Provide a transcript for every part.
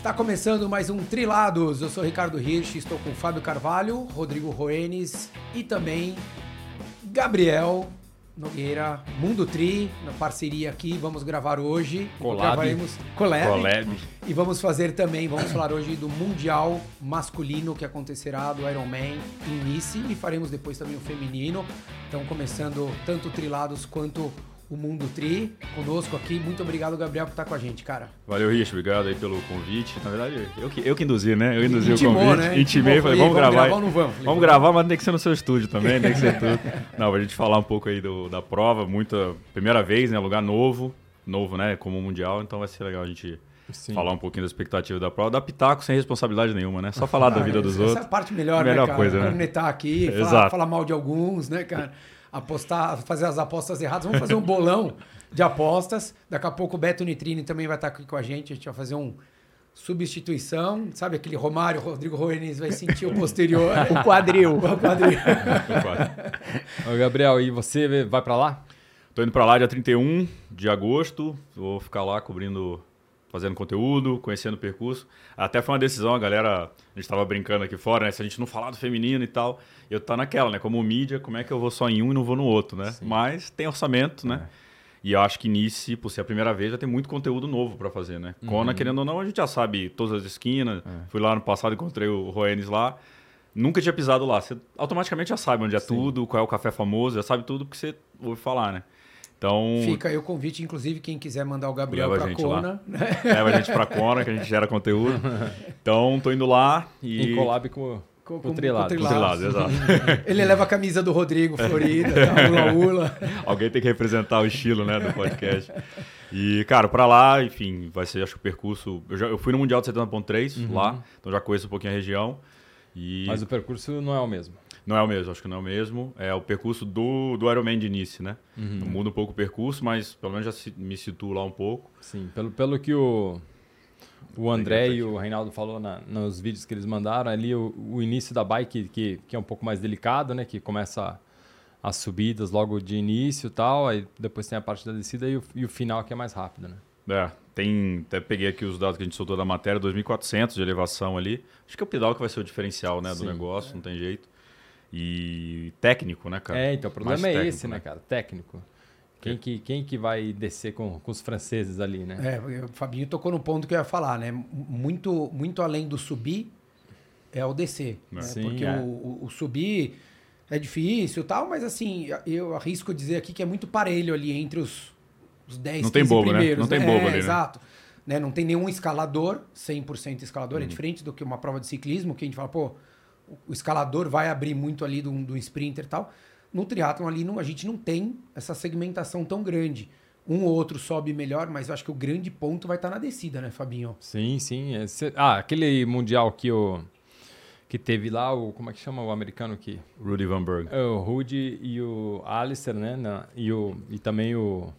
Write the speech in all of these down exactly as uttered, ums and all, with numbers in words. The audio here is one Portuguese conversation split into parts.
Tá começando mais um Trilados. Eu sou Ricardo Hirsch, estou com Fábio Carvalho, Rodrigo Roenes e também Gabriel Nogueira, Mundo Tri, na parceria aqui. Vamos gravar hoje. Collab. Gravaremos Collab. Collab. E vamos fazer também, vamos falar hoje do Mundial Masculino que acontecerá do Ironman em Nice e faremos depois também o feminino. Então começando tanto o Trilados quanto o Mundo Tri, conosco aqui. Muito obrigado, Gabriel, por estar com a gente, cara. Valeu, Rich, obrigado aí pelo convite. Na verdade, eu que, eu que induzi, né? Eu induzi Intimou, o convite, né? intimei, falei, vamos, vamos gravar. gravar ou não vamos? Falei, vamos gravar, mas tem que ser no seu estúdio também, tem que ser tudo. Não, pra gente falar um pouco aí do, da prova, muita, primeira vez, né? Lugar novo, novo, né? Como Mundial, então vai ser legal a gente Sim. falar um pouquinho da expectativa da prova. Dar pitaco sem responsabilidade nenhuma, né? Só falar ah, da vida dos essa outros. Essa é a parte melhor, melhor né, cara? coisa, né? Cornetar aqui, falar, falar mal de alguns, né, cara? Apostar, fazer as apostas erradas. Vamos fazer um bolão de apostas. Daqui a pouco o Beto Nitrini também vai estar aqui com a gente. A gente vai fazer um substituição. Sabe aquele Romário, Rodrigo Roenes vai sentir o posterior. O quadril. O quadril. Ô, Gabriel, e você vai pra lá? Tô indo pra lá dia trinta e um de agosto. Vou ficar lá cobrindo, fazendo conteúdo, conhecendo o percurso. Até foi uma decisão, a galera, a gente tava brincando aqui fora, né? Se a gente não falar do feminino e tal, eu tá naquela, né? Como mídia, como é que eu vou só em um e não vou no outro, né? Sim. Mas tem orçamento, né? É. E eu acho que Nice, por ser a primeira vez, já tem muito conteúdo novo para fazer, né? Uhum. Kona, querendo ou não, a gente já sabe todas as esquinas. É. Fui lá no passado, encontrei o Roenes lá. Nunca tinha pisado lá. Você automaticamente já sabe onde é Sim. tudo, qual é o café famoso, já sabe tudo porque você ouve falar, né? Então... Fica aí o convite, inclusive, quem quiser mandar o Gabriel para Kona. Né? Leva a gente para Kona, que a gente gera conteúdo. Então, tô indo lá e... Em collab com... Com, com o Trilado. Com o Trilado, exato. Ele leva a camisa do Rodrigo Florida, tá, ula ula. Alguém tem que representar o estilo, né, do podcast. E, cara, pra lá, enfim, vai ser, acho que o percurso... Eu, já, eu fui no Mundial de setenta ponto três uhum. lá, então já conheço um pouquinho a região. E... Mas o percurso não é o mesmo. Não é o mesmo, acho que não é o mesmo. É o percurso do, do Ironman de Nice, né? Uhum. Muda um pouco o percurso, mas pelo menos já me situo lá um pouco. Sim, pelo, pelo que o... O André e o Reinaldo falou na, nos vídeos que eles mandaram ali, o, o início da bike, que, que é um pouco mais delicado, né? Que começa as subidas logo de início e tal, aí depois tem a parte da descida e o, e o final que é mais rápido, né? É, tem, até peguei aqui os dados que a gente soltou da matéria, dois mil e quatrocentos de elevação ali. Acho que é o pedal que vai ser o diferencial, né, do Sim, negócio, é. não tem jeito. E técnico, né, cara? É, então o problema mais é técnico, esse, né, né cara? Técnico. Quem que, quem que vai descer com, com os franceses ali, né? É, o Fabinho tocou no ponto que eu ia falar, né? Muito, muito além do subir é o descer. É. Né? Sim, Porque é. o, o subir é difícil e tal, mas assim, eu arrisco dizer aqui que é muito parelho ali entre os, os dez, Não tem bobo, primeiros. Né? Não né? tem bobo é, ali, né? Exato. Né? Não tem nenhum escalador, cem por cento escalador, uhum. é diferente do que uma prova de ciclismo, que a gente fala, pô, o escalador vai abrir muito ali do, do sprinter e tal. No triatlon ali não, a gente não tem essa segmentação tão grande. Um ou outro sobe melhor, mas eu acho que o grande ponto vai estar na descida, né, Fabinho? Sim, sim. Esse, ah, aquele mundial que, o, que teve lá, o, como é que chama o americano que... Rudy Van Berg. É, o Rudy e o Alistair, né? Na, e, o, e também o,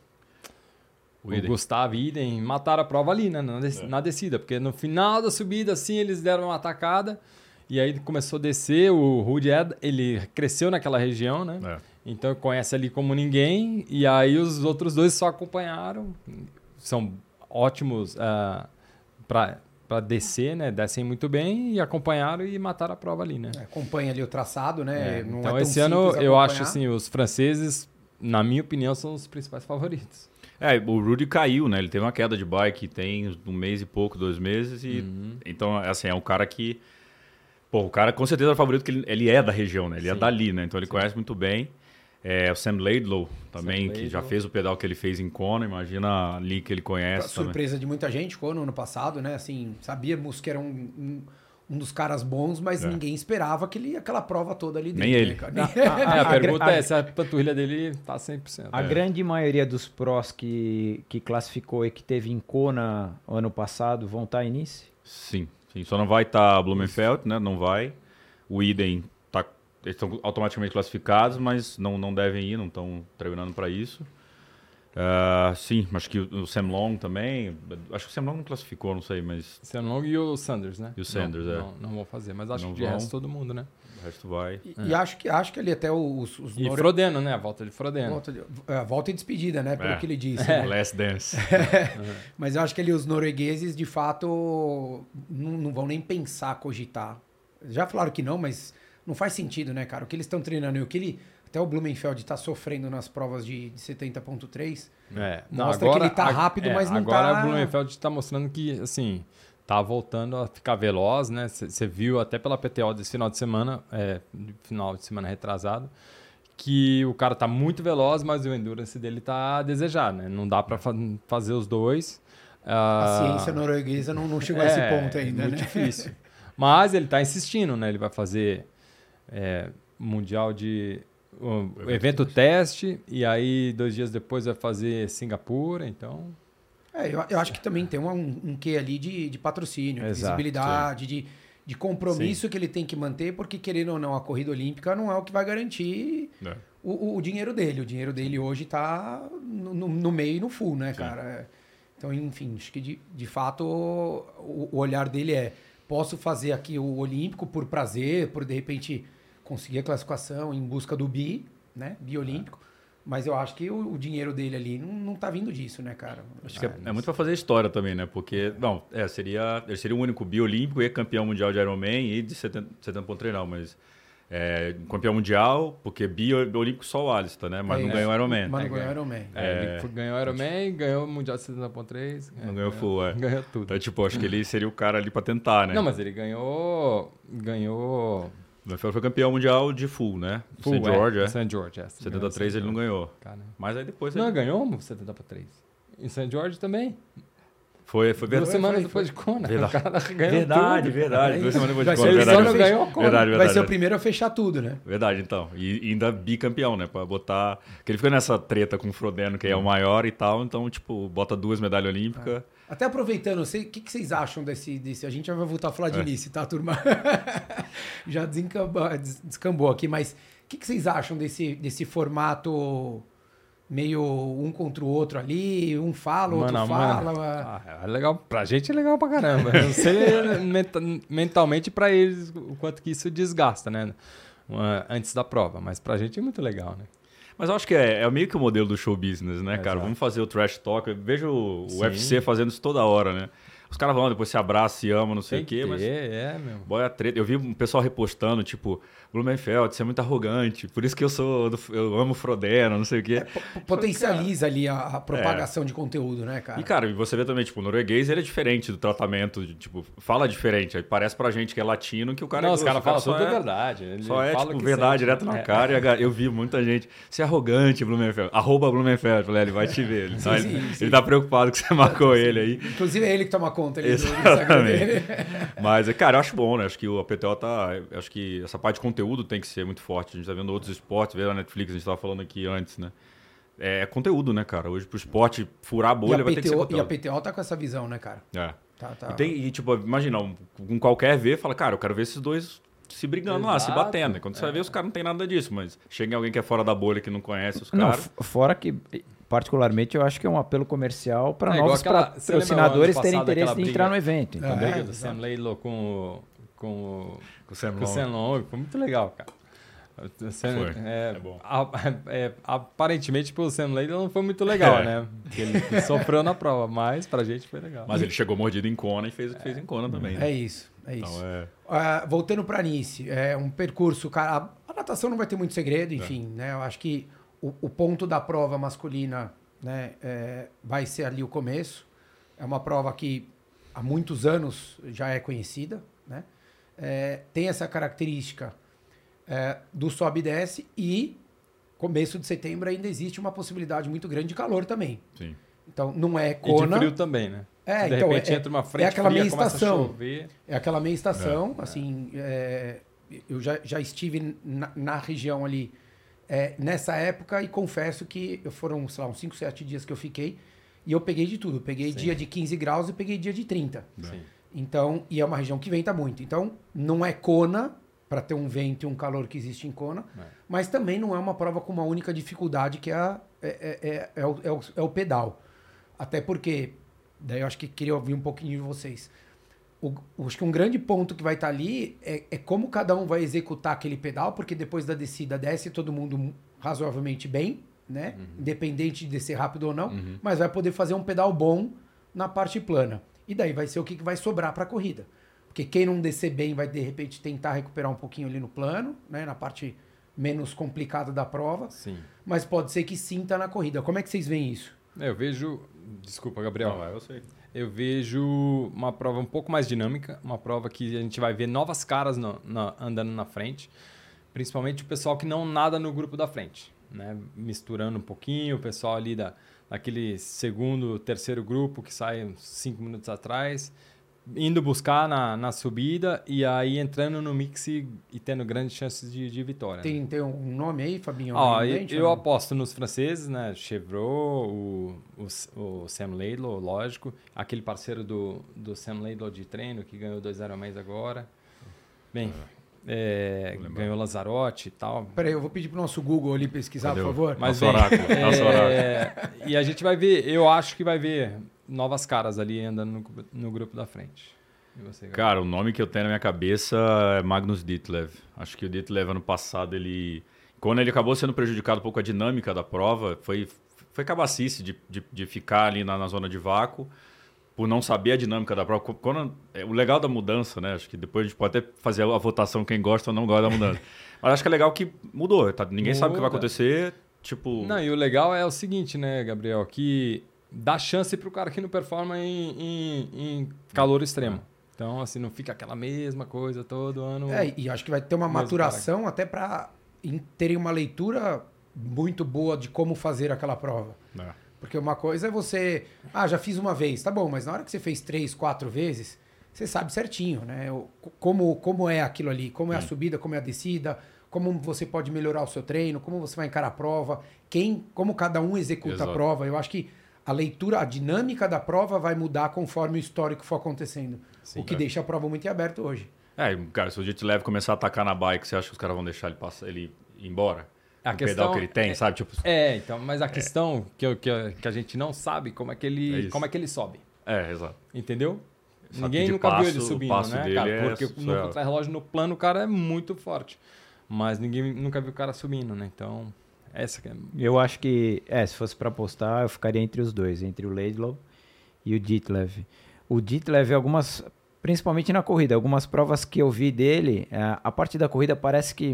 o, o Gustavo Iden mataram a prova ali, né? Na, des, é. na descida, porque no final da subida, assim, eles deram uma atacada. E aí começou a descer, o Rudy, ele cresceu naquela região, né? É. Então conhece ali como ninguém. E aí os outros dois só acompanharam. São ótimos uh, para descer, né? Descem muito bem e acompanharam e mataram a prova ali, né? É, acompanha ali o traçado, né? É. Não então é esse ano acompanhar. eu acho assim, os franceses, na minha opinião, são os principais favoritos. É, o Rudy caiu, né? Ele teve uma queda de bike tem um mês e pouco, dois meses. E uhum. Então, assim, é um cara que... Pô, o cara com certeza é o favorito, porque ele, ele é da região, né? Ele Sim. é dali, né? Então ele Sim. conhece muito bem. É, o Sam Laidlow também, Sam que Laidlow. já fez o pedal que ele fez em Kona. Imagina ali que ele conhece. Pra surpresa de muita gente, Kona, ano passado, né? Assim, sabíamos que era um, um, um dos caras bons, mas é. ninguém esperava aquele, aquela prova toda ali dentro. Nem ele. Né, cara? a, a, a, a pergunta a, é se a panturrilha dele tá cem por cento. A é. grande maioria dos prós que, que classificou e que teve em Kona ano passado vão estar em Nice? Sim. Sim, só não vai estar tá Blumenfeld, né? Não vai. O Iden, tá, eles estão automaticamente classificados, mas não, não devem ir, não estão treinando para isso. Uh, sim, acho que o Sam Long também. Acho que o Sam Long não classificou, não sei, mas. Sam Long e o Sanders, né? E o Sanders, não, é. Não, não vão fazer, mas acho Não que de vão. resto todo mundo, né? O resto vai. E, É. e acho, que, acho que ali até os... os E nore- Frodeno, né? A volta de Frodeno. volta, de, é, volta e despedida, né? Pelo É. que ele disse. É. né? Last Dance. Mas eu acho que ali os noruegueses, de fato, não, não vão nem pensar, cogitar. Já falaram que não, mas não faz sentido, né, cara? O que eles estão treinando e o que ele... Até o Blumenfeld está sofrendo nas provas de, de setenta ponto três. É. Mostra que ele tá rápido, é, mas não agora tá... Agora o Blumenfeld está mostrando que, assim, tá voltando a ficar veloz, né? Você viu até pela P T O desse final de semana, é, final de semana retrasado, que o cara tá muito veloz, mas o endurance dele tá a desejar, né? Não dá para fa fazer os dois. A Ah, ciência norueguesa não, não chegou a esse ponto ainda, é muito né? difícil. Mas ele tá insistindo, né? Ele vai fazer é, Mundial de... O evento evento teste, e aí dois dias depois vai fazer Singapura, então... É, eu, eu acho que também tem um, um quê ali de, de patrocínio, de Exato, visibilidade, de, de compromisso Sim. que ele tem que manter, porque querendo ou não, a corrida olímpica não é o que vai garantir É. o, o, o dinheiro dele. O dinheiro dele hoje está no, no, no meio e no full, né, cara? É. Então, enfim, acho que de, de fato o, o olhar dele é: posso fazer aqui o olímpico por prazer, por de repente conseguir a classificação em busca do bi, né? Biolímpico. Mas eu acho que o, o dinheiro dele ali não, não tá vindo disso, né, cara? Acho que é, é muito pra fazer história também, né? Porque, não, é, seria, ele seria o único biolímpico e campeão mundial de Ironman e de setenta ponto três, não, mas é, campeão mundial, porque biolímpico só o Alistair, né? Mas É não isso. ganhou Ironman. Mas não É, ganhou Ironman. É, ele foi- ganhou Ironman, ganhou o Mundial de setenta ponto três. Não ganhou full, é. Ganhou tudo. Então, tipo, acho que ele seria o cara ali pra tentar, né? Não, mas ele ganhou... Ganhou... O Lefebvre foi campeão mundial de full, né? Full, Saint George, é. Saint George, é. setenta e três ele não ganhou. Cara. Mas aí depois Não, ele... ganhou o setenta por três. Em Saint George também. Foi, foi Duas verdade. semanas foi, depois de Kona. Verdade. O cara ganhou Verdade, tudo. verdade. Duas semanas depois Vai de ser Kona, o Ele só verdade. não primeiro ganhou a Kona. Verdade, Vai verdade. ser o primeiro a fechar tudo, né? Verdade, então. E e ainda bicampeão, né? Pra botar... Porque ele fica nessa treta com o Frodeno, que é o maior e tal. Então, tipo, bota duas medalhas olímpicas. Até aproveitando, sei- o que, que vocês acham desse, desse... A gente já vai voltar a falar de É. início, tá, turma? Já desencambou, des- descambou aqui, mas o que, que vocês acham desse, desse formato meio um contra o outro ali? Um fala, o outro Mano, fala. mano. Ah, é legal. Pra gente é legal pra caramba. Eu não sei menta- mentalmente pra eles o quanto que isso desgasta, né? Uma- Antes da prova. Mas pra gente é muito legal, né? Mas eu acho que é, é meio que o modelo do show business, né, cara? Exato. Vamos fazer o trash talk. Eu vejo o Sim. U F C fazendo isso toda hora, né? Os caras vão, depois se abraçam, se amam, não sei Tem o quê, que mas... ter, é, meu. Boy, a treta. Eu vi um pessoal repostando, tipo, Blumenfeld, você é muito arrogante, por isso que eu sou. Do, eu amo Frodeno, não sei o quê. P- Potencializa ali a, a propagação de conteúdo, né, cara? E, cara, e você vê também, tipo, o norueguês ele é diferente do tratamento, de, tipo, fala diferente. Aí parece pra gente que é latino que o cara Não, é os grosso, caras o cara falam só tudo a é- verdade. Ele Só é, fala tipo, o que verdade sente. direto na É. cara. E a ga- eu vi muita gente. Você é arrogante, Blumenfeld. Arroba Blumenfeld. Falei, ele vai te ver. Ele, tá, sim, ele, sim. ele tá preocupado que você marcou ele aí. Inclusive é ele que toma conta ali do Instagram Exatamente. dele. Mas, cara, eu acho bom, né? Acho que o A P T O tá... Acho que essa parte de conteúdo tem que ser muito forte. A gente tá vendo outros esportes, vendo a Netflix, a gente tava falando aqui antes, né? É conteúdo, né, cara? Hoje pro esporte furar a E bolha a, vai ter que ser P T O, e conteúdo. a P T O tá com essa visão, né, cara? É. Tá, tá. E, tem, e, tipo, imagina, um, um qualquer ver, fala, cara, eu quero ver esses dois se brigando lá, se Exato. batendo. E quando você vai ver, os caras não tem nada disso, mas chega alguém que é fora da bolha, que não conhece os Não, caras. f- fora que, particularmente, eu acho que é um apelo comercial para É, igual novos aquela- pra- você lembra patrocinadores ano terem passado interesse aquela em entrar briga? no evento. É. A Entendeu? briga do Sam Laidlaw com o... Com o Com o Sam com o Long. Sam Long, foi muito legal, cara. O Sam- Foi, é, é bom. a- é, aparentemente pro Sam Laidlaw não foi muito legal, É. né? Porque ele sofreu na prova, mas pra gente foi legal. Mas ele chegou mordido em Kona e fez o que fez em Kona também. É Né? isso, é isso. Então, é... Ah, voltando para Nice, é um percurso, cara. A, a natação não vai ter muito segredo, enfim, né? Eu acho que o, o ponto da prova masculina, né, é, vai ser ali o começo. É uma prova que há muitos anos já é conhecida, né? É, tem essa característica é, do sobe e desce e começo de setembro ainda existe uma possibilidade muito grande de calor também. Sim. Então não é E de Kona. frio também, né? É, de então, repente é- entra uma frente é aquela fria, meia começa estação. a chover. É aquela meia estação, assim, é, eu já, já estive na, na região ali é, nessa época e confesso que foram, sei lá, uns cinco, sete dias que eu fiquei e eu peguei de tudo. Eu peguei Sim. dia de quinze graus e peguei dia de trinta. Sim. Então, e é uma região que venta muito. Então, não é Kona, para ter um vento e um calor que existe em Kona, É. mas também não é uma prova com uma única dificuldade, que é a, é, é, é, o, é, o, é o pedal. Até porque, daí eu acho que queria ouvir um pouquinho de vocês. O, acho que um grande ponto que vai estar ali é, é como cada um vai executar aquele pedal, porque depois da descida desce todo mundo razoavelmente bem, né? Uhum. Independente de descer rápido ou não, uhum. mas vai poder fazer um pedal bom na parte plana. E daí vai ser o que vai sobrar para a corrida. Porque quem não descer bem vai, de repente, tentar recuperar um pouquinho ali no plano, né? Na parte menos complicada da prova. Sim. Mas pode ser que sinta na corrida. Como é que vocês veem isso? Eu vejo... Desculpa, Gabriel. Não, eu sei. Eu vejo uma prova um pouco mais dinâmica, uma prova que a gente vai ver novas caras no, no, andando na frente, principalmente o pessoal que não nada no grupo da frente, né? Misturando um pouquinho, o pessoal ali da, daquele segundo, terceiro grupo que sai uns cinco minutos atrás, indo buscar na, na subida e aí entrando no mix e, e tendo grandes chances de, de vitória. Tem, né? tem um nome aí, Fabinho? Ó, eu, eu aposto nos franceses, né? Chevrolet, o, o, o Sam Laidlaw, lógico. Aquele parceiro do, do Sam Laidlaw de treino que ganhou dois zero a mais agora. Bem, é, ganhou Lazzarotti e tal. Peraí, eu vou pedir pro nosso Google ali pesquisar, Cadê por favor. Mas nosso bem, oráculo, nosso é, e a gente vai ver, eu acho que vai ver novas caras ali andando no, no grupo da frente. E você, cara, o nome que eu tenho na minha cabeça é Magnus Ditlev. Acho que o Ditlev, ano passado, ele... Quando ele acabou sendo prejudicado um pouco a dinâmica da prova, foi, foi cabacice de, de, de ficar ali na, na zona de vácuo, por não saber a dinâmica da prova. Quando, é, o legal da mudança, né? Acho que depois a gente pode até fazer a votação quem gosta ou não gosta da mudança. Mas acho que é legal que mudou, tá? Ninguém Muda. sabe o que vai acontecer, tipo... Não, e o legal é o seguinte, né, Gabriel? Que dá chance pro cara que não performa em, em, em calor extremo. Então, assim, não fica aquela mesma coisa todo ano. É, e acho que vai ter uma maturação cara. até para terem uma leitura muito boa de como fazer aquela prova. É. Porque uma coisa é você... Ah, já fiz uma vez, tá bom, mas na hora que você fez três, quatro vezes, você sabe certinho, né? Como, como é aquilo ali, como é a subida, como é a descida, como você pode melhorar o seu treino, como você vai encarar a prova, quem, como cada um executa Exato. a prova. Eu acho que a leitura, a dinâmica da prova vai mudar conforme o histórico for acontecendo. Sim, o que é. deixa a prova muito aberta hoje. É, cara, se o Ditlev começar a atacar na bike, você acha que os caras vão deixar ele, passar, ele ir embora? A o questão, pedal que ele tem, é, sabe? Tipo, é, então, mas a é. questão que, que, que a gente não sabe como é que ele, é como é que ele sobe. É, exato. Entendeu? Sabe Ninguém nunca passo, viu ele subindo, né, cara? É Porque no contrarrelógio no plano o cara é muito forte. Mas ninguém nunca viu o cara subindo, né? Então, essa que é... Eu acho que, é, se fosse pra apostar, eu ficaria entre os dois, entre o Laidlaw e o Ditlev. O Ditlev, algumas, principalmente na corrida, algumas provas que eu vi dele, a parte da corrida parece que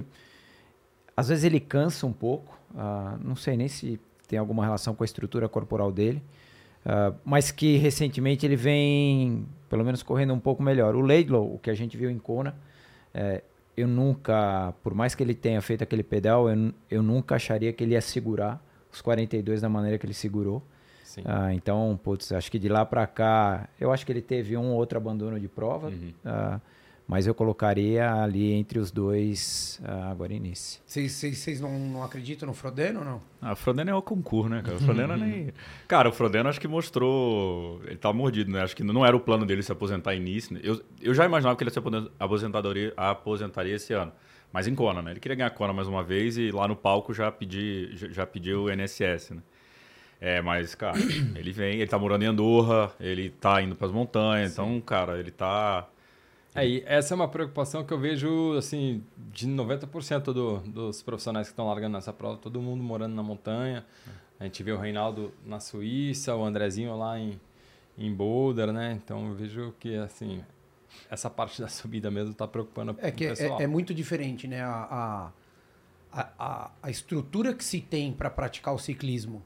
às vezes ele cansa um pouco, uh, não sei nem se tem alguma relação com a estrutura corporal dele, uh, mas que recentemente ele vem, pelo menos, correndo um pouco melhor. O Laidlaw, o que a gente viu em Kona, é, eu nunca, por mais que ele tenha feito aquele pedal, eu, eu nunca acharia que ele ia segurar os quarenta e dois da maneira que ele segurou. Uh, então, putz, acho que de lá para cá, eu acho que ele teve um ou outro abandono de prova, uhum. uh, mas eu colocaria ali entre os dois uh, agora início. Vocês não, não acreditam no Frodeno ou não? Ah, o Frodeno é o concurso, né, cara? O Frodeno é nem... Cara, o Frodeno acho que mostrou... Ele tá mordido, né? Acho que não era o plano dele se aposentar em Nice. Né? Eu, eu já imaginava que ele ia se aposentadoria, aposentaria esse ano. Mas em Kona, né? Ele queria ganhar Kona mais uma vez e lá no palco já, pedi, já, já pediu o N S S, né? É, mas, cara, ele vem, ele tá morando em Andorra, ele tá indo pras montanhas, Sim. então, cara, ele tá... É, e essa é uma preocupação que eu vejo, assim, de noventa por cento do, dos profissionais que estão largando nessa prova, todo mundo morando na montanha. A gente vê o Reinaldo na Suíça, o Andrezinho lá em, em Boulder, né? Então, eu vejo que, assim, essa parte da subida mesmo tá preocupando é que o pessoal. É, é muito diferente, né? A, a, a, a estrutura que se tem para praticar o ciclismo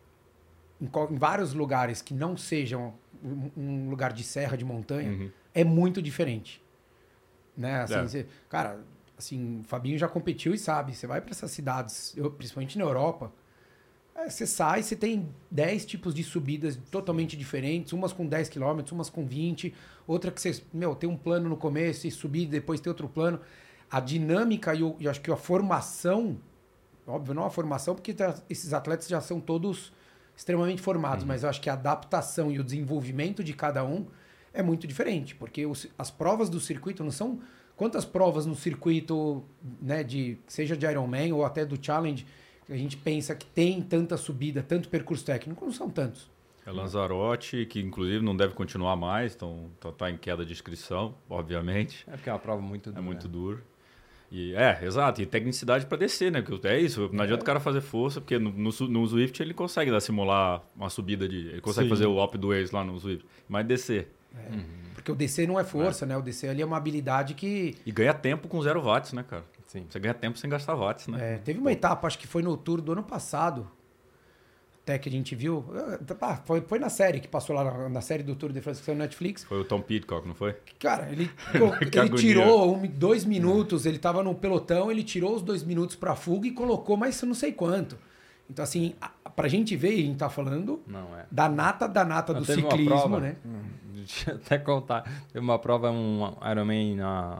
Em, em vários lugares que não sejam um, um lugar de serra, de montanha, uhum. é muito diferente. Né? Assim, é. Você, cara, assim, o Fabinho já competiu e sabe, você vai para essas cidades, eu, principalmente na Europa, é, você sai, você tem dez tipos de subidas totalmente diferentes, umas com dez quilômetros, umas com vinte, outra que você, meu, tem um plano no começo e subir, depois tem outro plano. A dinâmica e eu, eu acho que a formação, óbvio, não a formação, porque tá, esses atletas já são todos extremamente formados, uhum. mas eu acho que a adaptação e o desenvolvimento de cada um é muito diferente, porque os, as provas do circuito não são... Quantas provas no circuito, né, de, seja de Ironman ou até do Challenge, a gente pensa que tem tanta subida, tanto percurso técnico, não são tantos. É Lanzarote, que inclusive não deve continuar mais, então está em queda de inscrição, obviamente. É porque é uma prova muito dura. É muito duro. E, é, exato. E tecnicidade para descer, né? Porque é isso, não adianta é. o cara fazer força, porque no, no, no Zwift ele consegue dar, simular uma subida de... Ele consegue Sim. fazer o up do Waze lá no Zwift, mas descer. É. Uhum. Porque o descer não é força, é. né? O descer ali é uma habilidade que... E ganha tempo com zero watts, né, cara? Sim. Você ganha tempo sem gastar watts, né? É, teve uma Pô. etapa, acho que foi no Tour do ano passado, até que a gente viu. Ah, foi, foi na série que passou lá na, na série do Tour de France que saiu no Netflix. Foi o Tom Pidcock, não foi? Cara, ele, ele tirou um, dois minutos, ele tava no pelotão, ele tirou os dois minutos pra fuga e colocou mais não sei quanto. Então, assim, a, pra gente ver, a gente tá falando não, é. da nata da nata não, do ciclismo, prova, né? Hum, deixa eu até contar. Teve uma prova, um Ironman na,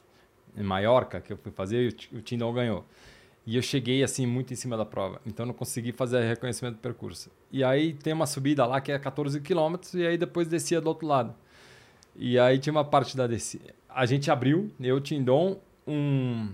em Maiorca, que eu fui fazer e o Tindall ganhou. E eu cheguei, assim, muito em cima da prova. Então, não consegui fazer reconhecimento do percurso. E aí, tem uma subida lá que é quatorze quilômetros e aí depois descia do outro lado. E aí, tinha uma parte da descida. A gente abriu, eu, Tindon, um,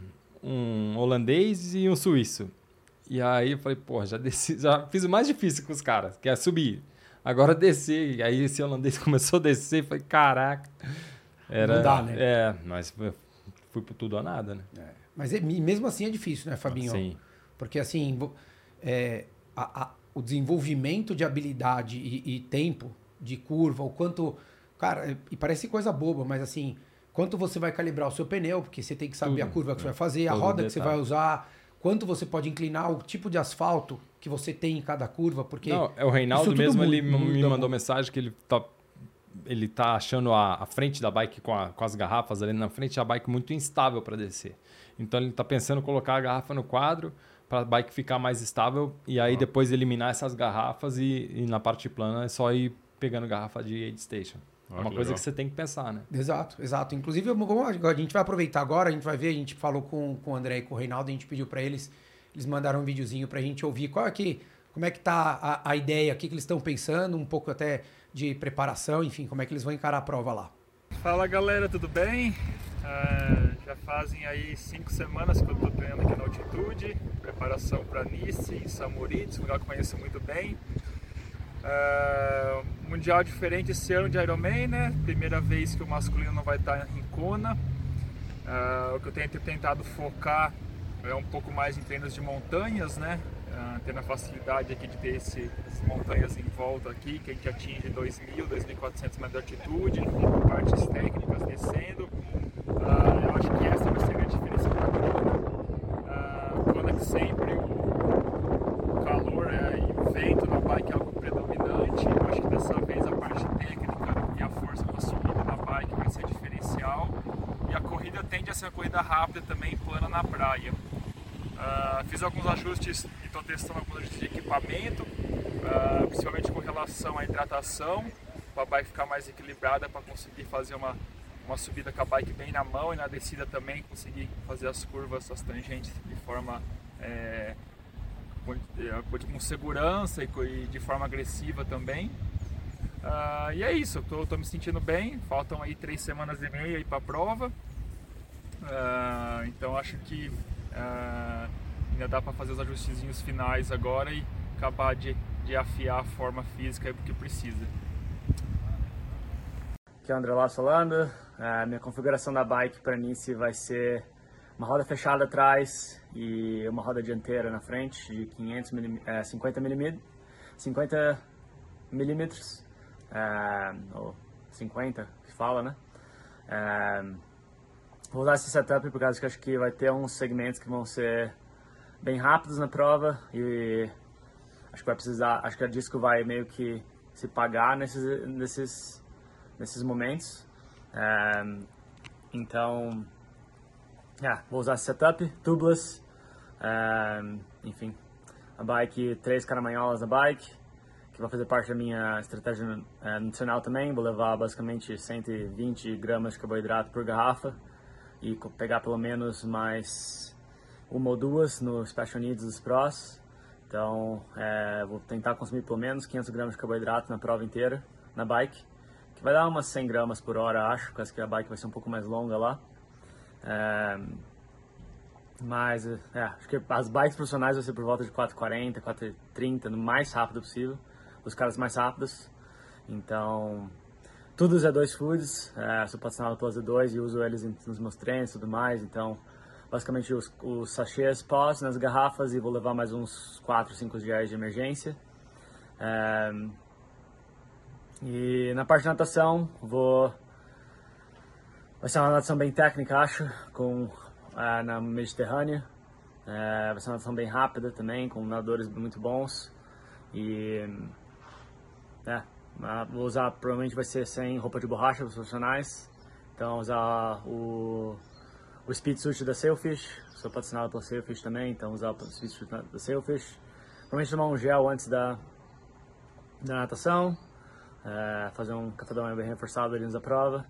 um holandês e um suíço. E aí, eu falei, pô, já desci, já fiz o mais difícil com os caras, que é subir. Agora, descer. E aí, esse holandês começou a descer. Falei, caraca. Era, não dá, né? É, mas fui por tudo ou nada, né? É. Mas é, mesmo assim é difícil, né, Fabinho? Sim. Porque, assim, é, a, a, o desenvolvimento de habilidade e, e tempo de curva, o quanto... Cara, e parece coisa boba, mas, assim, quanto você vai calibrar o seu pneu, porque você tem que saber Tudo, a curva que é. você vai fazer, a Todo roda detalhe. que você vai usar, quanto você pode inclinar, o tipo de asfalto que você tem em cada curva, porque... Não, é o Reinaldo mesmo, ele muda, me mandou mensagem que ele tá... Ele tá achando a, a frente da bike com, a, com as garrafas ali na frente, a bike muito instável para descer. Então ele está pensando em colocar a garrafa no quadro para a bike ficar mais estável e aí ah. depois eliminar essas garrafas e, e na parte plana é só ir pegando garrafa de aid station. Ah, é uma que coisa legal. que você tem que pensar, né? Exato, exato. Inclusive, a gente vai aproveitar agora, a gente vai ver, a gente falou com, com o André e com o Reinaldo, a gente pediu para eles, eles mandaram um videozinho para a gente ouvir qual é que, como é que tá a, a ideia, o que, que eles estão pensando, um pouco até de preparação, enfim, como é que eles vão encarar a prova lá. Fala galera, tudo bem? Uh, já fazem aí cinco semanas que eu estou treinando aqui na altitude, preparação para Nice, em São Moritz, um lugar que eu conheço muito bem. Uh, mundial diferente esse ano de Ironman, né? Primeira vez que o masculino não vai estar em Kona. Uh, o que eu tenho tentado focar é um pouco mais em treinos de montanhas, né? Uh, tendo a facilidade aqui de ter esse, essas montanhas em volta aqui, que a gente atinge dois mil, dois mil e quatrocentos metros de altitude, partes técnicas descendo. Uh, eu acho que essa vai ser a grande diferença para a Kona. Uh, Kona que sempre o calor é, e o vento na bike é algo predominante. Eu acho que dessa vez a parte técnica e a força da subida na bike vai ser diferencial. E a corrida tende a ser uma corrida rápida também, plana na praia. Uh, fiz alguns ajustes e estou testando alguns ajustes de equipamento, uh, principalmente com relação à hidratação, para a bike ficar mais equilibrada, para conseguir fazer uma, uma subida com a bike bem na mão e na descida também conseguir fazer as curvas, as tangentes de forma é, com, com segurança e de forma agressiva também. Uh, e é isso, eu estou me sentindo bem, faltam aí três semanas e meia para a prova, uh, então acho que Uh, ainda dá para fazer os ajustezinhos finais agora e acabar de, de afiar a forma física porque precisa. Aqui é o André Lasso falando. A minha configuração da bike para Nice vai ser uma roda fechada atrás e uma roda dianteira na frente de quinhentos milímetros, é, cinquenta milímetros, cinquenta milímetros, é, ou cinquenta que fala, né? É, Vou usar esse setup por causa que acho que vai ter uns segmentos que vão ser bem rápidos na prova e acho que vai precisar, acho que a disco vai meio que se pagar nesses nesses nesses momentos. Um, então, yeah, vou usar esse setup, tubeless, um, enfim, a bike, três caramanholas na bike, que vai fazer parte da minha estratégia uh, nutricional também. Vou levar basicamente cento e vinte gramas de carboidrato por garrafa e pegar pelo menos mais uma ou duas no Special Needs dos Pros. Então, é, vou tentar consumir pelo menos quinhentos gramas de carboidrato na prova inteira, na bike, que vai dar umas cem gramas por hora, acho, porque a bike vai ser um pouco mais longa lá. É, Mas, é, acho que as bikes profissionais vão ser por volta de quatro e quarenta, quatro e trinta, no mais rápido possível. Os caras mais rápidos. Então, tudo Z dois Foods. É, sou patrocinado pela Z dois e uso eles nos meus treinos e tudo mais. Então, basicamente, os, os sachês pós nas garrafas e vou levar mais uns quatro, cinco dias de emergência. É, e na parte de natação, vou... Vai ser uma natação bem técnica, acho, com... Uh, na Mediterrânea, uh, vai ser uma natação bem rápida também, com nadadores muito bons e uh, vou usar, provavelmente vai ser sem roupa de borracha para os profissionais, então usar o, o Speed Suit da Sailfish, sou patrocinado pela Sailfish também, então usar o Speed Suit da Sailfish, provavelmente tomar um gel antes da, da natação, uh, fazer um café da manhã bem reforçado ali antes da prova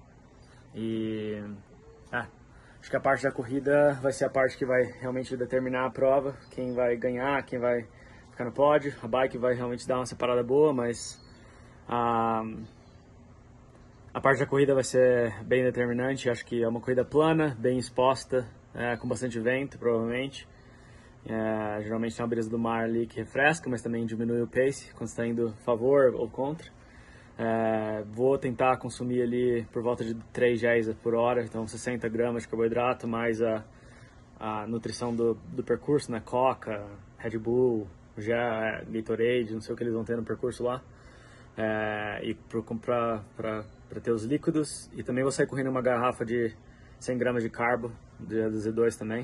e uh, acho que a parte da corrida vai ser a parte que vai realmente determinar a prova, quem vai ganhar, quem vai ficar no pódio. A bike vai realmente dar uma separada boa, mas a, a parte da corrida vai ser bem determinante. Acho que é uma corrida plana, bem exposta, é, com bastante vento, provavelmente. É, geralmente tem uma brisa do mar ali que refresca, mas também diminui o pace quando está indo a favor ou contra. É, vou tentar consumir ali por volta de três géis por hora, então sessenta gramas de carboidrato, mais a, a nutrição do, do percurso, né? Coca, Red Bull, já Gatorade, não sei o que eles vão ter no percurso lá. É, e para ter os líquidos. E também vou sair correndo uma garrafa de cem gramas de carbo, de Z dois também.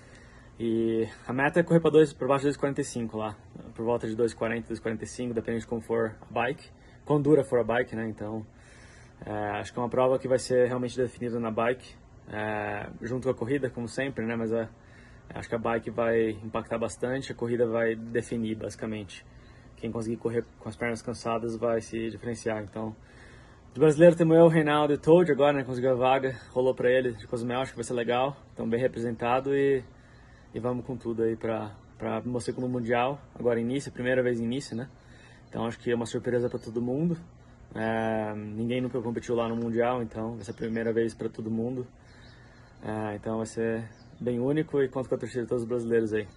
E a meta é correr para baixo de dois e quarenta e cinco lá, por volta de dois e quarenta, dois e quarenta e cinco, dependendo de como for a bike. Quão dura for a bike, né? Então, é, acho que é uma prova que vai ser realmente definida na bike, é, junto com a corrida, como sempre, né? Mas é, acho que a bike vai impactar bastante, a corrida vai definir, basicamente. Quem conseguir correr com as pernas cansadas vai se diferenciar. Então, de brasileiro temos eu, o Reinaldo e o Toad agora, né? Conseguiu a vaga, rolou para ele de Cozumel, acho que vai ser legal. Então, bem representado e, e vamos com tudo aí para para mostrar como Mundial, agora início, primeira vez início, né? Então acho que é uma surpresa para todo mundo. É, ninguém nunca competiu lá no Mundial, então vai ser a primeira vez para todo mundo. É, então vai ser bem único e conto com a torcida de todos os brasileiros aí.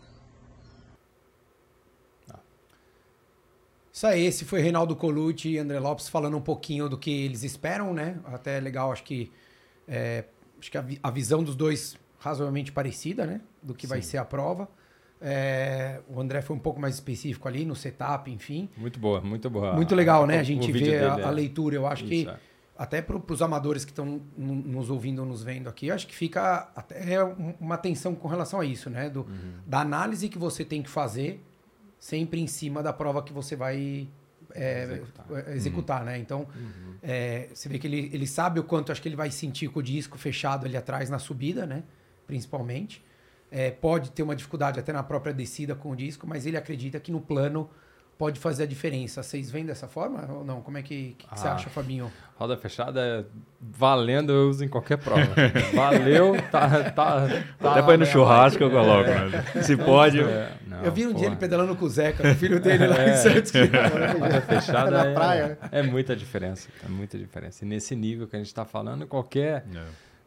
Isso aí, esse foi Reinaldo Colucci e André Lopes falando um pouquinho do que eles esperam, né? Até é legal, acho que, é, acho que a, a visão dos dois razoavelmente parecida, né? Do que Sim. vai ser a prova. É, o André foi um pouco mais específico ali no setup, enfim. Muito boa, muito boa. Muito legal, né? A gente vê dele, a, é. a leitura. Eu acho Isso, que, é. até para os amadores que estão nos ouvindo ou nos vendo aqui, eu acho que fica até uma atenção com relação a isso, né? Do, uhum. Da análise que você tem que fazer sempre em cima da prova que você vai é, executar, executar uhum. né? Então, uhum. é, você vê que ele, ele sabe o quanto acho que ele vai sentir com o disco fechado ali atrás na subida, né? Principalmente. É, pode ter uma dificuldade até na própria descida com o disco, mas ele acredita que no plano pode fazer a diferença. Vocês veem dessa forma ou não? Como é que, que, que ah, você acha, Fabinho? Roda fechada é valendo, eu uso em qualquer prova. Valeu, tá... tá, tá até para ir no churrasco eu coloco, é. né? Se pode... É. Não, eu vi um porra. dia ele pedalando com o Zeca, o filho dele lá é. em Santos. Que... Roda fechada na é, praia. É muita diferença, é muita diferença. E nesse nível que a gente está falando, qualquer é.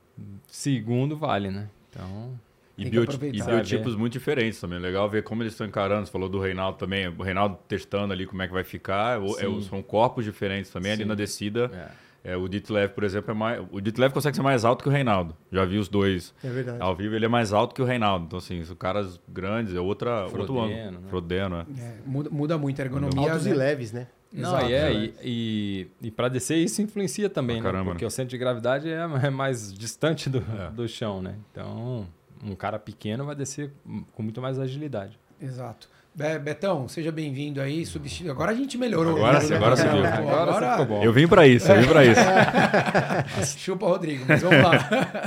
segundo vale, né? Então... E, bioti e biotipos muito diferentes também. Legal ver como eles estão encarando. Você falou do Reinaldo também. O Reinaldo testando ali como é que vai ficar. O, é, são corpos diferentes também. Sim. Ali na descida. É. É, o Ditlev, por exemplo, é mais... O Ditlev consegue ser mais alto que o Reinaldo. Já vi os dois. É verdade. Ao vivo ele é mais alto que o Reinaldo. Então, assim, são caras grandes. É outra, Frodeno, outro ano. Né? Frodeno, é. é muda, muda muito a ergonomia. Altos né? e leves, né? Não, Exato, é, e, e, e para descer isso influencia também, ah, caramba, né? Porque né? o centro de gravidade é, é mais distante do, é. do chão, né? Então... Um cara pequeno vai descer com muito mais agilidade. Exato. Betão, seja bem-vindo aí. Substitu... Agora a gente melhorou. Agora sim, agora você viu. Agora, agora ficou bom. Eu vim para isso, eu vim para isso. Chupa, Rodrigo, mas vamos lá.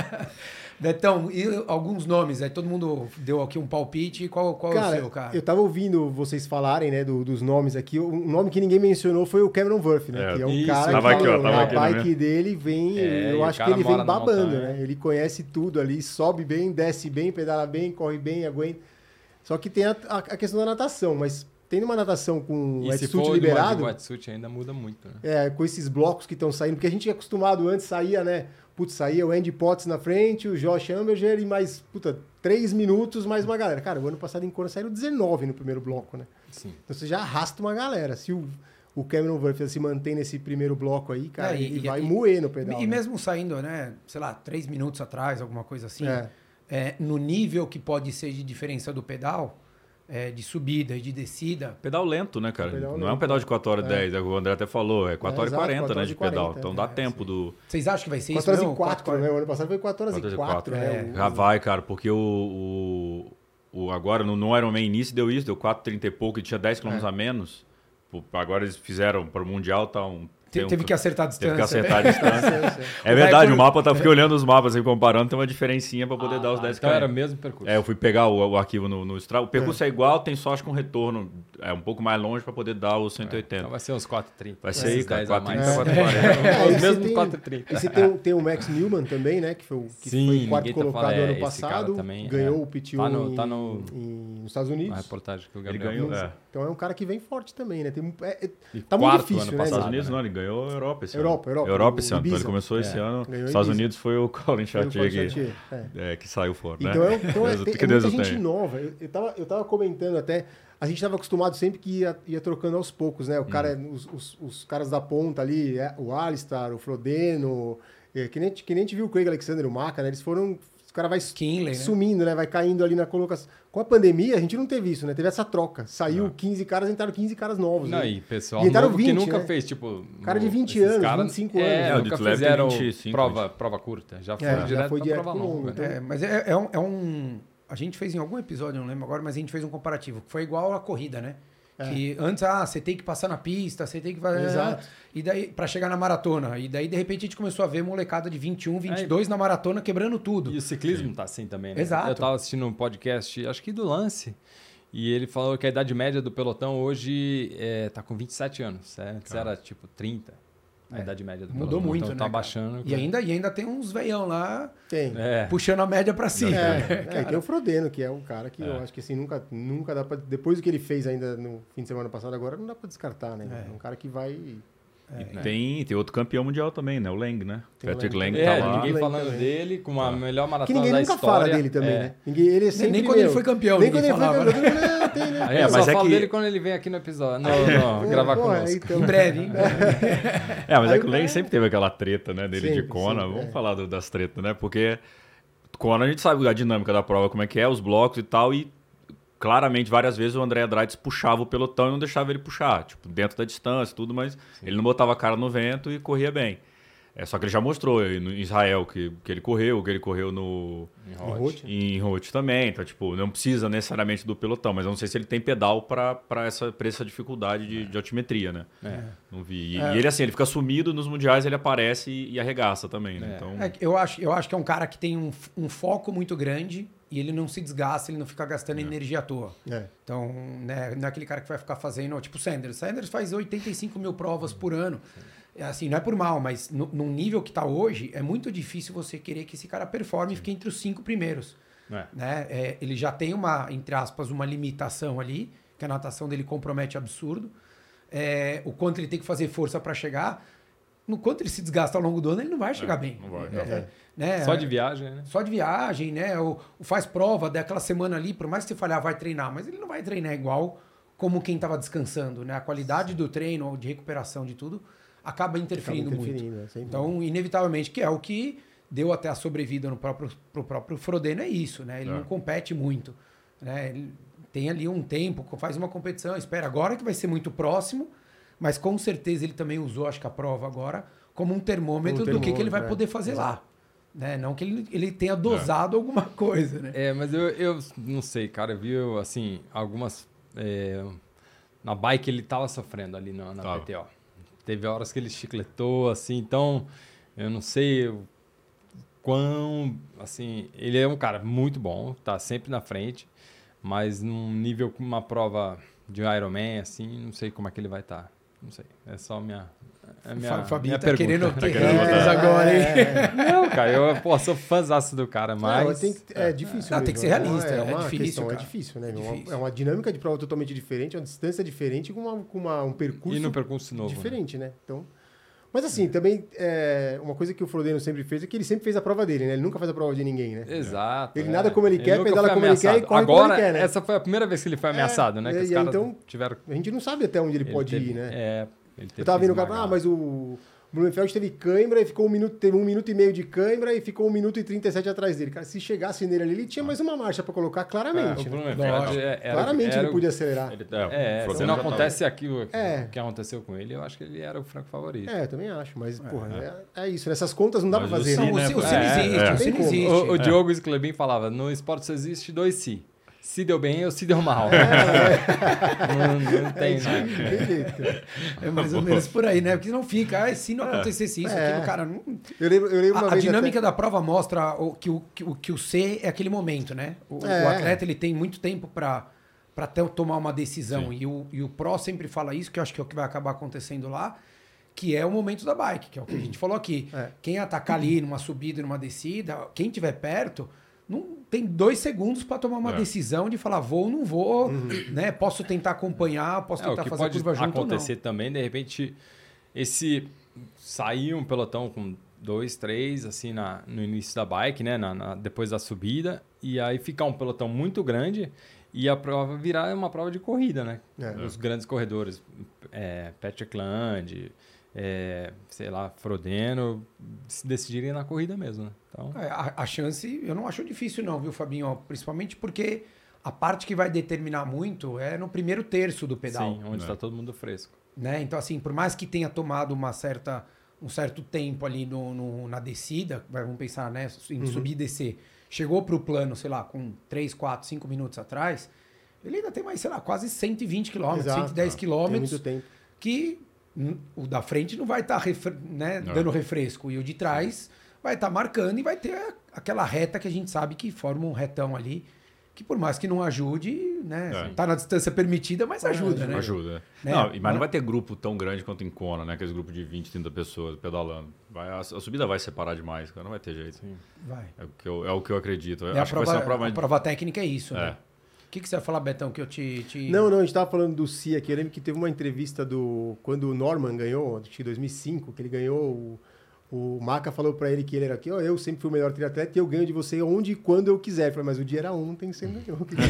Betão, e alguns nomes, aí todo mundo deu aqui um palpite. Qual, qual cara, é o seu, cara? Eu tava ouvindo vocês falarem, né, do, dos nomes aqui. Um nome que ninguém mencionou foi o Cameron Wurf, né? É, que é um isso, cara tava que aqui, ó, tava a aqui, bike né? dele vem. É, eu acho que ele vem babando, né? Ele conhece tudo ali, sobe bem, desce bem, pedala bem, corre bem, aguenta. Só que tem a, a, a questão da natação, mas tendo uma natação com E se wetsuit for liberado... de wetsuit ainda muda muito, né? É, com esses blocos que estão saindo, porque a gente é acostumado antes, saía, né? Putz, saía o Andy Potts na frente, o Josh Amberger e mais, puta, três minutos mais uma galera. Cara, o ano passado em Kona saíram dezenove no primeiro bloco, né? Sim. Então você já arrasta uma galera. Se o, o Cameron Wurf se mantém nesse primeiro bloco aí, cara, É, e- ele e- vai e- moer no pedal. E né? mesmo saindo, né, sei lá, três minutos atrás, alguma coisa assim, É. é, no nível que pode ser de diferença do pedal, é, de subida e de descida, Pedal lento, né, cara? Pedal não é um lento, pedal de é. quatro horas e dez, é. o André até falou, é quatro horas e exato, quarenta, quatro né, horas de e quarenta, pedal. Então é, dá é, tempo sim. do... vocês acham que vai ser quatro isso horas mesmo? e quatro, Quatro- né? O ano passado foi quatro horas e quatro, né? É. O- Já vai, cara, porque o, o, o agora no, no Ironman início deu isso, deu quatro trinta e pouco e tinha dez quilômetros É. a menos. Pô, agora eles fizeram para o Mundial, tá um... Te- tem um- Teve que acertar a Teve distância. que acertar a distância. Sim, sim. É verdade, Vai o por- mapa, tá, fiquei olhando os mapas aí, comparando, tem uma diferencinha para poder Ah, dar os tá. dez Então era o quilômetros. mesmo percurso. É, eu fui pegar o, o arquivo no, no Strava. O percurso é. igual, tem só acho que um retorno é um pouco mais longe para poder dar os cento e oitenta. Então vai ser uns quatro e trinta. Vai ser aí, Esses cara, dez a mais. quatro e trinta, quatro e quarenta. É, Os esse mesmos tem- quatro e trinta. Esse tem, o- tem o Max Newman também, né? Que foi o que Sim, foi quarto ninguém tá colocado falando, é, ano esse cara passado. também, ganhou é. o P T O Tá no- em, tá no- em- nos Estados Uma Unidos. reportagem que o Ele Gabriel ganhou, fez. é. Então é um cara que vem forte também, né? Tem, um- é- é- E tá muito quarto difícil, ano né? Estados passado, Unidos né? não, ele ganhou a Europa esse Europa, ano. Europa, Europa o esse ano, então ele Ibiza. começou É. esse ano. Ganhou Estados Ibiza. Unidos foi o Colin Foi o Chartier Colin que, Chartier, é. é, que saiu fora, Então, né? é, então é, Deus- tem, que é muita Deus o gente tenha. nova. Eu, eu, tava, eu tava comentando até, a gente tava acostumado sempre que ia, ia trocando aos poucos, né? O cara, os, os, os caras da ponta ali, é, o Alistar, o Frodeno, é, que, nem, que nem a gente viu o Craig Alexander e o Maka, né? Eles foram... O cara vai Kinley, né? sumindo, né? Vai caindo ali na colocação. Com a pandemia, a gente não teve isso, né? Teve essa troca. Saiu quinze caras, entraram quinze caras novos. Não, né? e pessoal E entraram novo que vinte, nunca né? fez, tipo... Cara de no- vinte esses anos, caras, vinte e cinco anos. É, É, o nunca Detlef tem fizeram vinte e cinco, prova, prova curta. Já foram É, já direto foi pra direto prova pro longo, longa. então. É, mas é, é um, é um- A gente fez em algum episódio, não lembro agora, mas a gente fez um comparativo. Que foi igual a corrida, né? É. Que antes, ah, você tem que passar na pista, você tem que fazer. Exato. E daí, pra chegar na maratona. E daí, de repente, a gente começou a ver molecada de vinte e um, vinte e dois na maratona quebrando tudo. E o ciclismo tá assim também, né? Exato. Eu tava assistindo um podcast, acho que do Lance, e ele falou que a idade média do pelotão hoje é, tá com vinte e sete anos. É, antes era tipo trinta, a É. idade média do Mudou pelotão. muito, então né? tá cara? baixando. E ainda, e ainda tem uns veião lá Tem. É. puxando a média pra cima. É, né, é, e cara? tem o Frodeno, que é um cara que É. eu acho que assim, nunca, nunca dá pra. Depois do que ele fez ainda no fim de semana passado, agora não dá pra descartar, né? É, um cara que vai. E tem, tem outro campeão mundial também, né? O Lang, né? Tem o Patrick Lang. Lang É, tá lá. ninguém Lang falando também. dele com a melhor Que maratona ninguém da nunca história. fala dele também, é. né? Ninguém, ele é sempre, nem quando ele meu, foi campeão, Nem quando ninguém ele foi falava, campeão. Não, tem, né? É, É, eu mas só é falo que- dele quando ele vem aqui no episódio. Não, não, gravar Porra, conosco. então- Em breve, hein? É, mas Aí é que o o Lang cara- sempre teve aquela treta, né? Dele Sempre, de Kona. sempre, Vamos é. falar do- das tretas, né? Porque Kona a gente sabe a dinâmica da prova, como é que é, os blocos e tal, e claramente várias vezes o André Andrade puxava o pelotão e não deixava ele puxar, tipo, dentro da distância e tudo, mas ele não botava a cara no vento e corria bem. É, só que ele já mostrou aí no Israel que, que ele correu, que ele correu no Em Em Hot. Roth. em Roth também, então tipo, não precisa necessariamente do pelotão, mas eu não sei se ele tem pedal para essa, pra essa dificuldade de, de altimetria, né? É. Não vi. E, É. e ele assim, ele fica sumido nos mundiais, ele aparece e, e arregaça também, né? É. Então, É, eu, acho, eu acho que é um cara que tem um, f- um foco muito grande e ele não se desgasta, ele não fica gastando energia à toa. É. Então, né, não é aquele cara que vai ficar fazendo, tipo o Sanders. Sanders faz oitenta e cinco mil provas por ano. É assim, não é por mal, mas no, num nível que está hoje, é muito difícil você querer que esse cara performe e fique entre os cinco primeiros. É. Né? É, ele já tem uma, entre aspas, uma limitação ali, que a natação dele compromete absurdo. É, o quanto ele tem que fazer força para chegar. No quanto ele se desgasta ao longo do ano, ele não vai chegar bem. não vai, É, não. é, né? Só de viagem, né? Só de viagem, né? O, o faz prova daquela semana ali, por mais que você falhar, vai treinar, mas ele não vai treinar igual como quem estava descansando, né? A qualidade do treino, de recuperação, de tudo, acaba interferindo, Acaba interferindo, muito. né? Sem Então, inevitavelmente, que é o que deu até a sobrevida no próprio, pro próprio Frodeno, é isso, né? Ele É. não compete muito, né? Ele tem ali um tempo, faz uma competição, espera agora que vai ser muito próximo, mas com certeza ele também usou, acho que a prova agora, como um termômetro, Como um do que, que ele vai termômetro, é. poder fazer lá. Né? Não que ele, ele tenha dosado alguma coisa, né? É, mas eu, eu não sei, cara. Eu vi, eu, assim, algumas... é, na bike ele tava sofrendo ali na, na Tava. P T O. Teve horas que ele chicletou, assim, então... Eu não sei o quão... Assim, ele é um cara muito bom, tá sempre na frente, mas num nível com uma prova de Ironman, assim, não sei como é que ele vai estar. Não sei, é só minha... É minha, O Fabinho minha tá pergunta. querendo ter querendo regras botar. agora, hein? Não, cara, eu pô, sou fãzaço do cara, mas... Não, tem que- é difícil Ah, tem mesmo, que ser é uma- realista, É, é uma difícil, questão, cara. é difícil, né? É É uma, difícil. é uma dinâmica de prova totalmente diferente, uma distância diferente com, uma, com uma- um percurso E no percurso novo, né? diferente, né? Então, mas assim, também é, uma coisa que o Frodeno sempre fez é que ele sempre fez a prova dele, né? Ele nunca faz a prova de ninguém, né? Exato. Ele é. nada como ele quer, nunca pedala foi como ele quer e ameaçado. corre Agora, como ele quer, né? essa foi a primeira vez que ele foi ameaçado, né? e Que os aí, caras então, tiveram... A gente não sabe até onde ele ele pode teve- ir, né? É, ele teve Eu tava que vendo o cara, esmagar. ah, mas o Blumenfeld teve cãibra e ficou um minuto, teve um minuto e meio de cãibra e ficou um minuto e trinta e sete atrás dele. Cara, se chegasse nele ali, ele tinha mais uma marcha pra colocar claramente. O né? Blumenfeld é- era- Claramente era ele o- podia acelerar. Ele, É, o se Frodeno não já tava. acontece aquilo É. que aconteceu com ele, eu acho que ele era o franco favorito. É, eu também acho, mas, porra, é, é isso. Nessas contas não dá Mas pra o fazer. Cine, Não, o né, Cine o pô? Cine É, existe, é. o Cine Tem como. existe. O, o Diogo Sclebin falava, no esporte só existe dois se. Se deu bem ou se deu mal. não, não tem, Não né? tem jeito. É mais ou menos por aí, né? Porque não fica, ah, se não acontecesse isso, É. aquilo, cara... Não... Eu lembro, eu lembro uma A, a vez dinâmica até- da prova mostra o, que, o, que, o, que o C é aquele momento, né? O, É. o atleta ele tem muito tempo para para tomar uma decisão. E o, e o Pro sempre fala isso, que eu acho que é o que vai acabar acontecendo lá, que é o momento da bike, que é o que a gente falou aqui. É. Quem atacar ali numa subida, numa descida, quem tiver perto, não tem dois segundos para tomar uma É. decisão de falar vou ou não vou, né? Posso tentar acompanhar, posso É, o tentar que fazer pode curva junto acontecer ou não. também, de repente, esse sair um pelotão com dois, três, assim, na, no início da bike, né? Na, na- depois da subida, e aí ficar um pelotão muito grande e a prova virar uma prova de corrida, né? É. Os grandes corredores, é, Patrick Land, é, sei lá, Frodeno, se decidirem na corrida mesmo, né? Então, É, A, a chance, eu não acho difícil não, viu, Fabinho? Principalmente porque a parte que vai determinar muito é no primeiro terço do pedal, sim, onde É. está todo mundo fresco. né? Então, assim, por mais que tenha tomado uma certa, um certo tempo ali no, no- na descida, vai- vamos pensar, né? Em subir e descer, chegou pro plano, sei lá, com três, quatro, cinco minutos atrás, ele ainda tem mais, sei lá, quase cento e vinte quilômetros, Exato. cento e dez Tem quilômetros, muito tempo. que hum, o da frente não vai estar né, Não. dando refresco, e o de trás vai estar marcando e vai ter a- aquela reta que a gente sabe que forma um retão ali, que por mais que não ajude, né? É. Tá na distância permitida, mas ajuda, né? Ajuda. Né? Não, mas Mas- não vai ter grupo tão grande quanto em Kona, né? Aqueles grupos de vinte, trinta pessoas pedalando. Vai, a, a subida vai separar demais, cara. Não vai ter jeito. Vai. É o que eu, é o que eu acredito. Eu É, a, acho prova, que vai ser uma prova... a prova técnica é isso, É. né? O que, que você vai falar, Betão, que eu te... te... Não, não, a gente tava falando do C I aqui. Eu lembro que teve uma entrevista do... Quando o Norman ganhou, acho que em dois mil e cinco, que ele ganhou... O, o Maca falou pra ele que ele era aqui, ó, eu sempre fui o melhor triatleta e eu ganho de você onde e quando eu quiser. Eu falei, mas o dia era ontem, você não ganhou. Que dia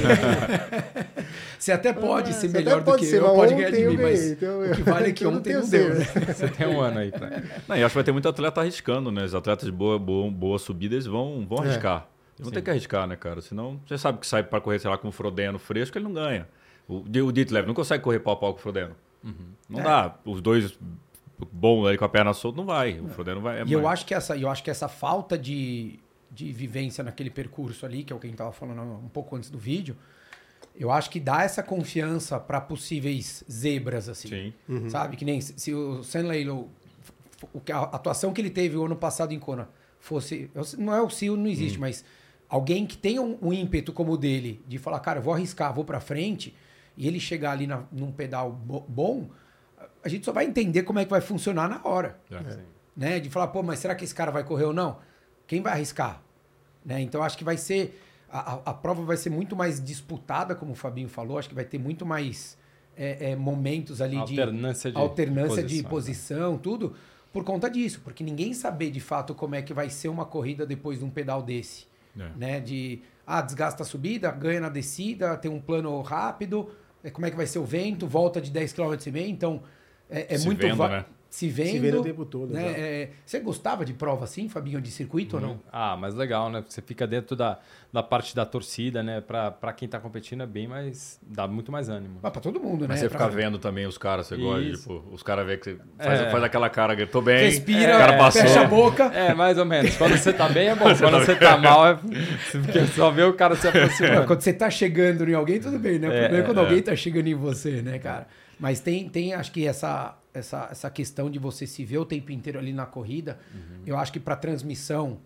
era Você até pode Ah, ser você melhor até do pode que ser, eu, mas pode ganhar ontem de eu mim, ganhei, mas então o que vale é que eu não ontem tenho não deu, certeza. né? Você tem um ano aí pra... Não, e acho que vai ter muito atleta arriscando, né? Os atletas de boa, boa, boa subida, eles vão, vão É. arriscar. Eles vão ter que arriscar, né, cara? Senão, você sabe que sai para correr, sei lá, com o Frodeno fresco, ele não ganha. O, o Ditlev não consegue correr pau a pau com o Frodeno. Não É. dá. Os dois bons ali com a perna solta, não vai. O Frodeno vai... É E eu mais. acho que essa, eu acho que essa falta de, de vivência naquele percurso ali, que é o que a gente estava falando um pouco antes do vídeo, eu acho que dá essa confiança para possíveis zebras, assim. Sim. Sabe? Que nem se, se o Sam Laylow, o que a atuação que ele teve o ano passado em Kona fosse... eu- Não é o Sil, não existe, mas alguém que tenha um, um ímpeto como o dele, de falar, cara, eu vou arriscar, vou para frente, e ele chegar ali na, num pedal bo- bom, a gente só vai entender como é que vai funcionar na hora. É. Né? De falar, pô, mas será que esse cara vai correr ou não? Quem vai arriscar? Né? Então, acho que vai ser... A, a, a prova vai ser muito mais disputada, como o Fabinho falou. Acho que vai ter muito mais é, é, momentos ali Alternância de... de alternância de posição, posição, tudo, por conta disso. Porque ninguém saber, de fato, como é que vai ser uma corrida depois de um pedal desse. É. Né? De, ah, desgasta a subida, ganha na descida, tem um plano rápido, é, como é que vai ser o vento, volta de dez quilômetros e meio. Então, é, é Se muito... vendo, va- né? Se vendo, Se vendo o tempo todo, né? exato. É, você gostava de prova assim, Fabinho, de circuito ou não? Ah, mas legal, né? Você fica dentro da, da parte da torcida, né? Pra, pra quem tá competindo é bem mais... dá muito mais ânimo. Mas pra todo mundo, Mas né? você Pra- ficar vendo também os caras, você gosta, Isso. tipo, os caras vê que você faz, É. faz aquela cara, que tô bem, Respira, o cara passou. fecha a boca. É, mais ou menos. Quando você tá bem é bom. Quando você tá mal, é... porque só vê o cara se Não, aproximando. quando você tá chegando em alguém, tudo bem, né? O É, problema é quando é. alguém tá chegando em você, né, cara? Mas tem, tem acho que essa, essa, essa questão de você se ver o tempo inteiro ali na corrida, eu acho que pra transmissão,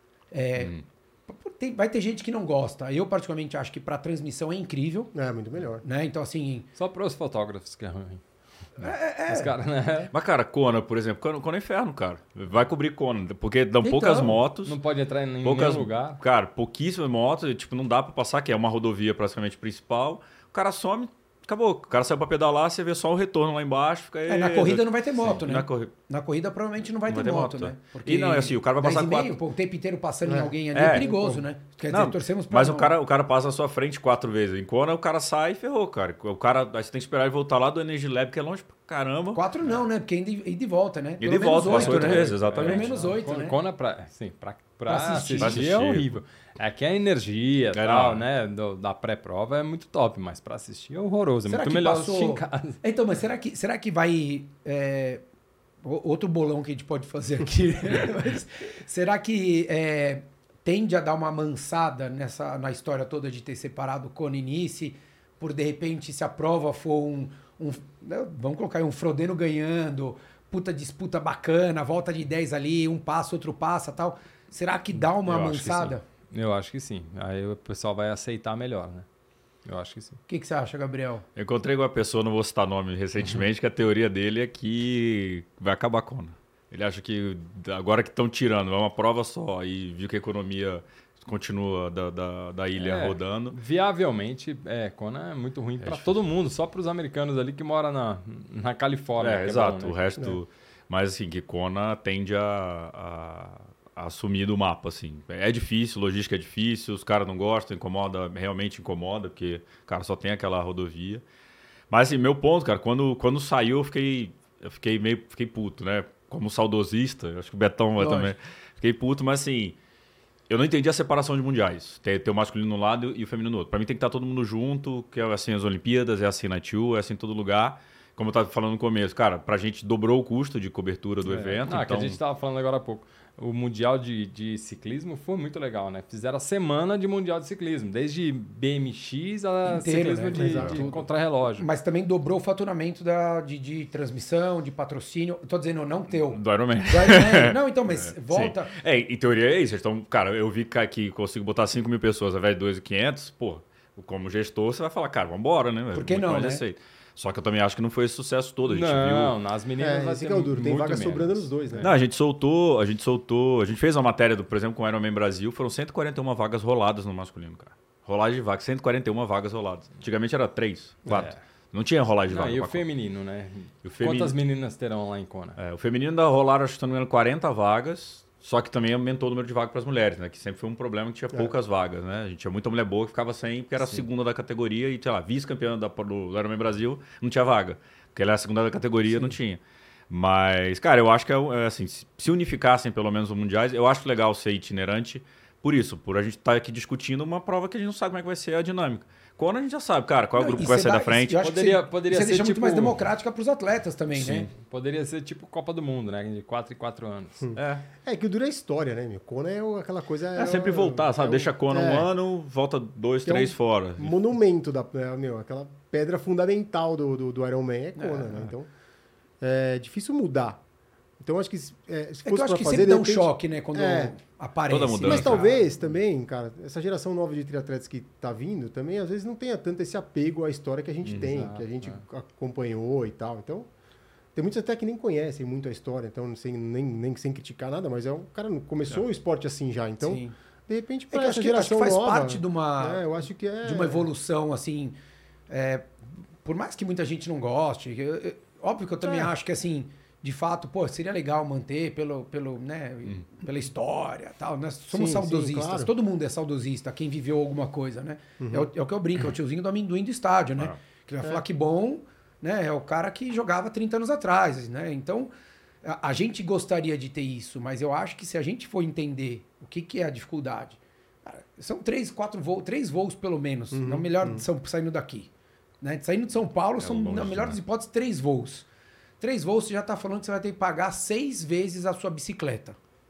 é, tem- vai ter gente que não gosta. Eu, particularmente, acho que pra transmissão é incrível, É, muito melhor. né? Então, assim, Só para os fotógrafos que é ruim. É, é. Os caras, né? Mas, cara, Kona, por exemplo, Kona, Kona é inferno, cara. Vai cobrir Kona, porque dão Então, poucas motos. Não pode entrar em poucas, nenhum lugar. Cara, pouquíssimas motos, tipo, não dá pra passar, que é uma rodovia praticamente principal. O cara some, acabou. O cara saiu pra pedalar, você vê só o retorno lá embaixo. Fica aí, É, na corrida não vai ter moto, Sim, né? Na, corri... na corrida provavelmente não vai, Não ter, vai ter moto, moto, né? é. E não, é assim, o cara vai passar dez e meio, quatro- pô, o tempo inteiro passando em É. alguém ali É, é perigoso, pô. né? Quer dizer, Não, torcemos pra mas não. o cara, o cara passa na sua frente quatro vezes. Em Kona, o cara sai e ferrou, cara. O cara, aí você tem que esperar ele voltar lá do Energy Lab, que é longe pra caramba. Quatro não, né? Porque ainda ide e volta, né? E de volta, passou oito né? vezes, exatamente. Pelo menos oito, Kona, né? Kona pra, assim, pra, pra, Pra assistir, assistir. é horrível. É que a energia e É, tal, não. né, do- da pré-prova é muito top, mas pra assistir é horroroso. É Será muito que melhor passou- assistir em casa. Então, mas será que, será que vai... é, o- Outro bolão que a gente pode fazer aqui, mas será que é, tende a dar uma mansada nessa, na história toda de ter separado Kona e Nice, por de repente, se a prova for um... um né, vamos colocar aí um Frodeno ganhando, puta disputa bacana, volta de dez ali, um passa, outro passa tal. Será que dá uma Eu acho que mansada? sim. Eu acho que sim. Aí o pessoal vai aceitar melhor, né? Eu acho que sim. O que, que você acha, Gabriel? Eu encontrei com uma pessoa, não vou citar nome recentemente, que a teoria dele é que vai acabar a Kona. Ele acha que agora que estão tirando, é uma prova só, e viu que a economia continua da, da, da ilha É, rodando. Viavelmente, é, Kona é muito ruim pra todo mundo, só para os americanos ali que moram na, na Califórnia. É, que é exato. bom, né? O resto. Mas assim, que Kona tende a, a, a assumir do mapa, assim. É difícil, logística é difícil, os caras não gostam, incomoda, realmente incomoda, porque, cara, só tem aquela rodovia. Mas assim, meu ponto, cara, quando, quando saiu, eu fiquei, eu fiquei meio fiquei puto, né? Como saudosista, eu acho que o Betão vai Lógico. também. Fiquei puto, mas assim. Eu não entendi a separação de mundiais. Ter, ter o masculino no lado e o feminino no outro. Pra mim tem que estar todo mundo junto, que é assim as Olimpíadas, é assim na T U, é assim em todo lugar. Como eu estava falando no começo, cara, pra gente dobrou o custo de cobertura do É. evento. Não, então... que a gente estava falando agora há pouco. O Mundial de, de Ciclismo foi muito legal, né? Fizeram a semana de Mundial de Ciclismo, desde B M X a Inteiro, ciclismo né? de, Exato. de contrarrelógio. Mas também dobrou o faturamento da, de, de transmissão, de patrocínio. Eu tô dizendo, não teu. Do Ironman. Do Ironman. Não, então, mas volta. Sim. É, em teoria é isso. Então, cara, eu vi que aqui consigo botar cinco mil pessoas ao invés de dois mil e quinhentos, pô, como gestor, você vai falar, cara, vambora, né? Por que Muito não, mais né? receita. Só que eu também acho que não foi esse sucesso todo. A gente Não, viu. nas meninas É, vai esse ser que é o duro. Tem muito vaga menos. sobrando nos dois, né? Não, a gente soltou, a gente soltou, a gente fez uma matéria, do, por exemplo, com o Ironman Brasil, foram cento e quarenta e uma vagas roladas no masculino, cara. Rolagem de vagas, cento e quarenta e uma vagas roladas. Antigamente era três, quatro. É. Não tinha rolagem de Não, vaga. e o pra feminino, né? E o feminino- Quantas meninas terão lá em Kona? É, o feminino ainda rolaram, acho que se não me engano, quarenta vagas, só que também aumentou o número de vagas para as mulheres, né? Que sempre foi um problema que tinha poucas vagas, né? A gente tinha muita mulher boa que ficava sem, porque era a segunda da categoria e, sei lá, vice-campeã da- do Ironman Brasil, não tinha vaga. Porque ela era a segunda da categoria, não tinha. Mas, cara, eu acho que é, é assim, se se unificassem pelo menos os mundiais, eu acho legal ser itinerante por isso, por a gente estar aqui discutindo uma prova que a gente não sabe como é que vai ser a dinâmica. Quando a gente já sabe, cara, qual é o Não, grupo e que vai você sair da dá- frente. eu acho que Poderia- você, poderia você ser deixa muito tipo- mais democrática para os atletas também, né? Poderia ser tipo Copa do Mundo, né? De quatro em quatro anos. É, É que o duro é a história, né, meu? Kona é o- aquela coisa... é sempre voltar, sabe? é o- Deixa a Kona é, um ano, volta dois, Que é três um fora. monumento da... é, meu, aquela pedra fundamental do, do, do Ironman é Kona, né? Então, é difícil mudar. Então, acho que se, é, se É que fosse eu acho pra que fazer... sempre de dá um repente- choque, né? Quando É. aparece. Toda mudança. né, Mas cara? talvez também, cara, essa geração nova de triatletas que tá vindo, também às vezes não tenha tanto esse apego à história que a gente tem, Exato, que a gente é. acompanhou e tal. Então, tem muitos até que nem conhecem muito a história, então sem, nem, nem sem criticar nada, mas é o cara não começou o esporte assim já. Então, Sim. de repente, É para que eu essa acho que, acho que geração faz nova, parte de uma, é, eu acho que é de uma evolução, assim. é, por mais que muita gente não goste, eu- eu- óbvio que eu também É. acho que, assim, de fato, pô, seria legal manter pelo, pelo, né, pela história e tal. Nós somos Sim, sim, saudosistas, claro. todo mundo é saudosista, quem viveu alguma coisa, né? É, o, é o que eu brinco, é o tiozinho do amendoim do estádio, né? Ah. Que vai falar que bom, né? É o cara que jogava trinta anos atrás, né? Então, a, a gente gostaria de ter isso, mas eu acho que se a gente for entender o que, que é a dificuldade, cara, são três, quatro voos, três voos pelo menos, não melhor de São, saindo daqui. Né? Saindo de São Paulo, são, longe, na melhor das né? hipóteses, três voos. Três voos, você já está falando que você vai ter que pagar seis vezes a sua bicicleta.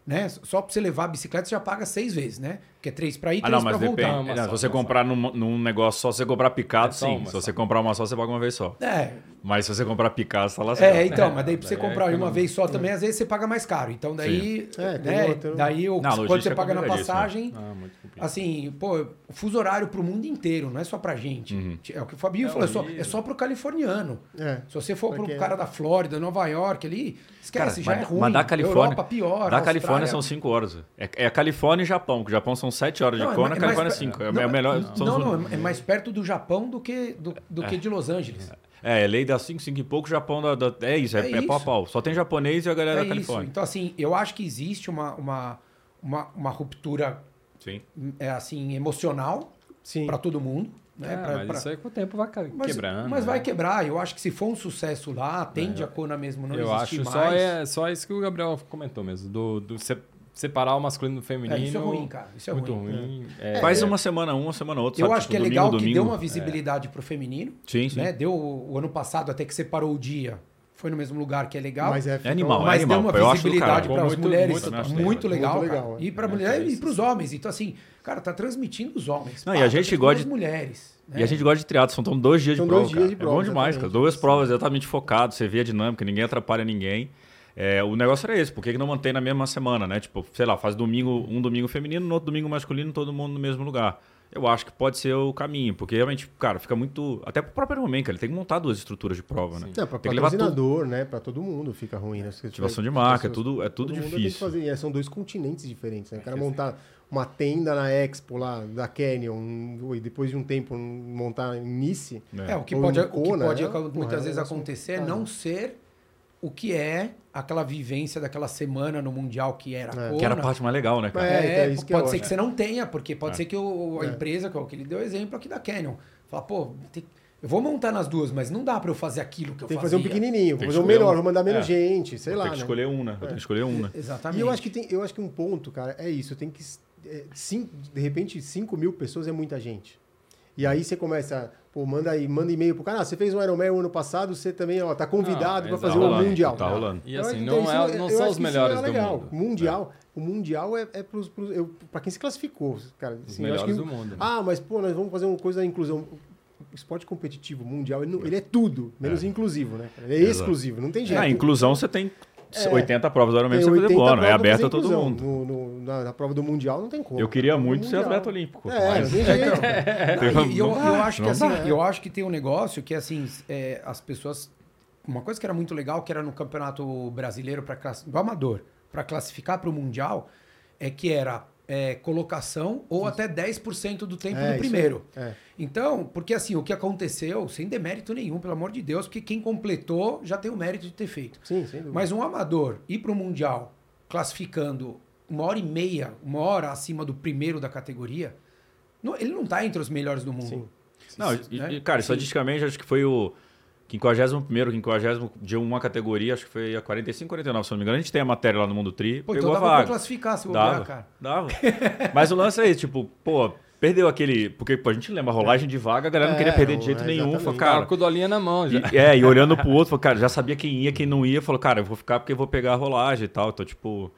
né? Só pra você levar a bicicleta, você já paga seis vezes, né? Porque é três pra ir, Ah, três não, mas pra voltar. depende. Não, se você comprar num, num negócio só, se você comprar picado, É só sim. uma Se só. você comprar uma só, você paga uma vez só. É, Mas se você comprar picado, você tá lascado. é, então, mas daí pra você daí é comprar uma econômico. vez só também, às vezes você paga mais caro. Então daí, É, tem né? outro. Daí o, Não, a quando logística você é paga na complicadíssima. passagem, Ah, muito complicado. assim, pô, o fuso horário pro mundo inteiro, não é só pra gente. Uhum. É o que o Fabinho É falou, é só, horrível. é só pro californiano. É. Se você for Porque- pro cara da Flórida, Nova York ali, esquece, já mas, é ruim. mas da Califórnia, Europa pior. da Califórnia Austrália- são cinco horas. É, é a Califórnia e Japão, que o Japão são sete horas de Não, é Kona, mais- a Califórnia é mais- cinco. É, não, é melhor. são Não, os- não, é mais perto do Japão do que, do, do que de Los Angeles. É, é lei dá cinco, cinco e pouco, Japão dá, dá- é isso, é, É é pau a isso. pau. Só tem japonês e a galera É da isso. Califórnia. Então, assim, eu acho que existe uma, uma, uma, uma ruptura Sim. é, assim, emocional Sim. para todo mundo. Né? É, Pra- mas pra- isso aí com o tempo vai ca- mas, quebrando. mas né? vai quebrar. Eu acho que se for um sucesso lá, tende a Kona mesmo não Eu existir acho mais. só, é, só isso que o Gabriel comentou mesmo, do, do se- separar o masculino do feminino. É, isso é ruim, cara. Isso é muito ruim. ruim. É, Faz é, uma semana um, uma semana outra. Eu sabe? acho Tipo, que é domingo, legal que domingo. deu uma visibilidade pro feminino. Sim, sim. Né? Deu o ano passado até que separou o dia. Foi no mesmo lugar, que é legal. Mas é, É animal, Mas é deu animal. uma Eu acho do visibilidade caralho. para as Muito- mulheres muito muito, bastante, muito né? legal, Muito cara. legal, E para é. mulher É e isso. para os homens. Então, assim, cara, tá transmitindo os homens. Não, e Pá, a tá gente transmitindo gosta as de- mulheres. né? E a gente gosta de triatlo, são tão dois dias São de prova, dois dias cara. de É prova, bom demais, cara. exatamente. Duas provas exatamente focadas, você vê a dinâmica, ninguém atrapalha ninguém. É, o negócio era esse, por que que não mantém na mesma semana, né? Tipo, sei lá, faz domingo, um domingo feminino, no outro domingo masculino, todo mundo no mesmo lugar. Eu acho que pode ser o caminho, porque realmente, cara, fica muito... Até pro próprio Ironman, cara, ele tem que montar duas estruturas de prova, né? Não, pra Tem que levar tudo. patrocinador, né? Pra todo mundo fica ruim, né? Se tiver- Ativação de marca, é pessoas- tudo, é tudo todo mundo tem que difícil. fazer. E são dois continentes diferentes, né? O cara montar uma tenda na Expo lá, da Canyon, e depois de um tempo montar em Nice. É, o que Ou pode, em o que Kona, pode né? aco- Porra, muitas é um vezes negócio acontecer é complicado. não ser o que é aquela vivência daquela semana no Mundial que era a É. Kona. Que era a parte mais legal, né, cara? É, então, É, isso que pode eu ser acho. que você não tenha, porque pode É. ser que o, a É. empresa, que é o que ele deu exemplo aqui da Canyon, fala, pô, tem- eu vou montar nas duas, mas não dá pra eu fazer aquilo que eu Tem que fazia. fazer um pequenininho, vou Tem que fazer um escolher menor, um. vou mandar menos É. gente, sei Tem lá, que né? escolher um, né? Tem que escolher um, né? Exatamente. E eu acho que tem, eu acho que um ponto, cara, é isso. Tem que é, cinco, de repente cinco mil pessoas é muita gente. E aí você começa, pô, manda aí, manda e-mail pro cara. Ah, você fez um Ironman o ano passado, você também, ó, tá convidado Não, para é, fazer tá o rolando, mundial. Tá rolando. E Eu assim, acho que não, isso é, eu não acho são que os isso melhores é do legal. mundo. O mundial, o mundial é, é pros, pros, eu, pra quem se classificou, cara. Os Assim, eu acho melhores que- do mundo. né? Ah, mas pô, nós vamos fazer uma coisa da inclusão. O esporte competitivo mundial, ele, não- ele é tudo, menos inclusivo, né? cara? Ele é Exato. exclusivo, não tem jeito. Na inclusão, você tem É. oitenta provas do Ironman Tem pra você fazer oitenta bono. É provas aberto pra a todo inclusão. mundo. No, no- na, na prova do mundial não tem como. Eu queria No muito ser mundial. atleta olímpico. É, mas- não tem jeito. Não, e, e eu, eu acho que não assim, dá. eu acho que tem um negócio que assim, é, as pessoas, uma coisa que era muito legal, que era no Campeonato Brasileiro para do amador, para classificar para o mundial, é que era é, colocação ou até dez por cento do tempo É, do isso primeiro. aí. É. Então, porque assim, o que aconteceu, sem demérito nenhum, pelo amor de Deus, porque quem completou já tem o mérito de ter feito. Sim, sem dúvida. Mas um amador ir para o mundial classificando uma hora e meia, uma hora acima do primeiro da categoria, não- ele não está entre os melhores do mundo. Sim. Não, e, né? e, cara, Sim. estatisticamente, acho que foi o quinquagésimo primeiro, quinquagésimo de uma categoria, acho que foi a quarenta e cinco, quarenta e nove, se não me engano. A gente tem a matéria lá no Mundo Tri, Pô, pegou então a dava pra vaga. classificar se Dava, bobear, cara. dava. Mas o lance é esse, tipo, pô, perdeu aquele... Porque pô, a gente lembra, a rolagem de vaga, a galera não É, queria perder de não, jeito é, nenhum. exatamente. Falou, Cara, cara... com o dolinha na mão já. E, é, e olhando pro outro, falou, cara, já sabia quem ia, quem não ia. Falou, cara, eu vou ficar porque eu vou pegar a rolagem e tal. Então, tipo...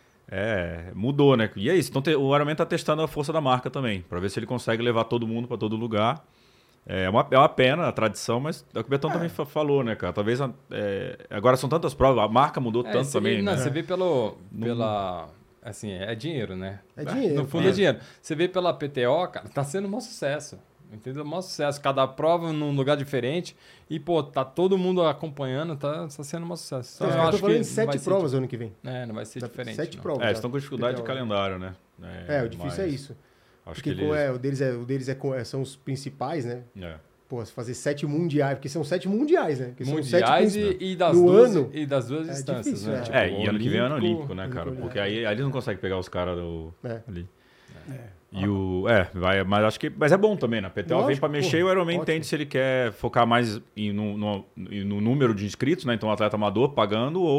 É, mudou, né? E é isso. Então, te- o Ironman tá testando a força da marca também, pra ver se ele consegue levar todo mundo pra todo lugar. É uma, é uma pena a tradição, mas é o que o Betão também fa- falou, né, cara? Talvez a- é, agora são tantas provas, a marca mudou É, tanto você também. vê, não, né? você vê pelo, pela... Assim, é dinheiro, né? É dinheiro. No fundo é dinheiro. Você vê pela P T O, cara, tá sendo um maior sucesso. Entendeu? Um maior sucesso. Cada prova num lugar diferente. E, pô, tá todo mundo acompanhando, tá, tá sendo um maior sucesso. Então, Então, eu eu tô acho falando que em não sete vai ser provas di- ano que vem. É, não vai ser diferente. Sete não. provas. É, já. eles estão com dificuldade de P T O. calendário, né? É, o difícil é mas isso. Acho Porque que como eles... é, o deles, é, o deles é, co- é- são os principais, né? É. Pô, fazer sete mundiais, porque são sete mundiais, né? Porque são Mundiais sete e, e, das no duas, ano, e das duas é distâncias, difícil, né? é. Tipo, É, e ano que vem é ano olímpico, olímpico, né, cara? olímpico, Porque aí, aí eles não conseguem pegar os caras do... É. ali. É. E o... É, vai, mas acho que... Mas é bom também, né? A P T O vem Lógico, pra mexer pô, e o Ironman ótimo. entende se ele quer focar mais em, no, no, no número de inscritos, né? Então, o atleta amador pagando ou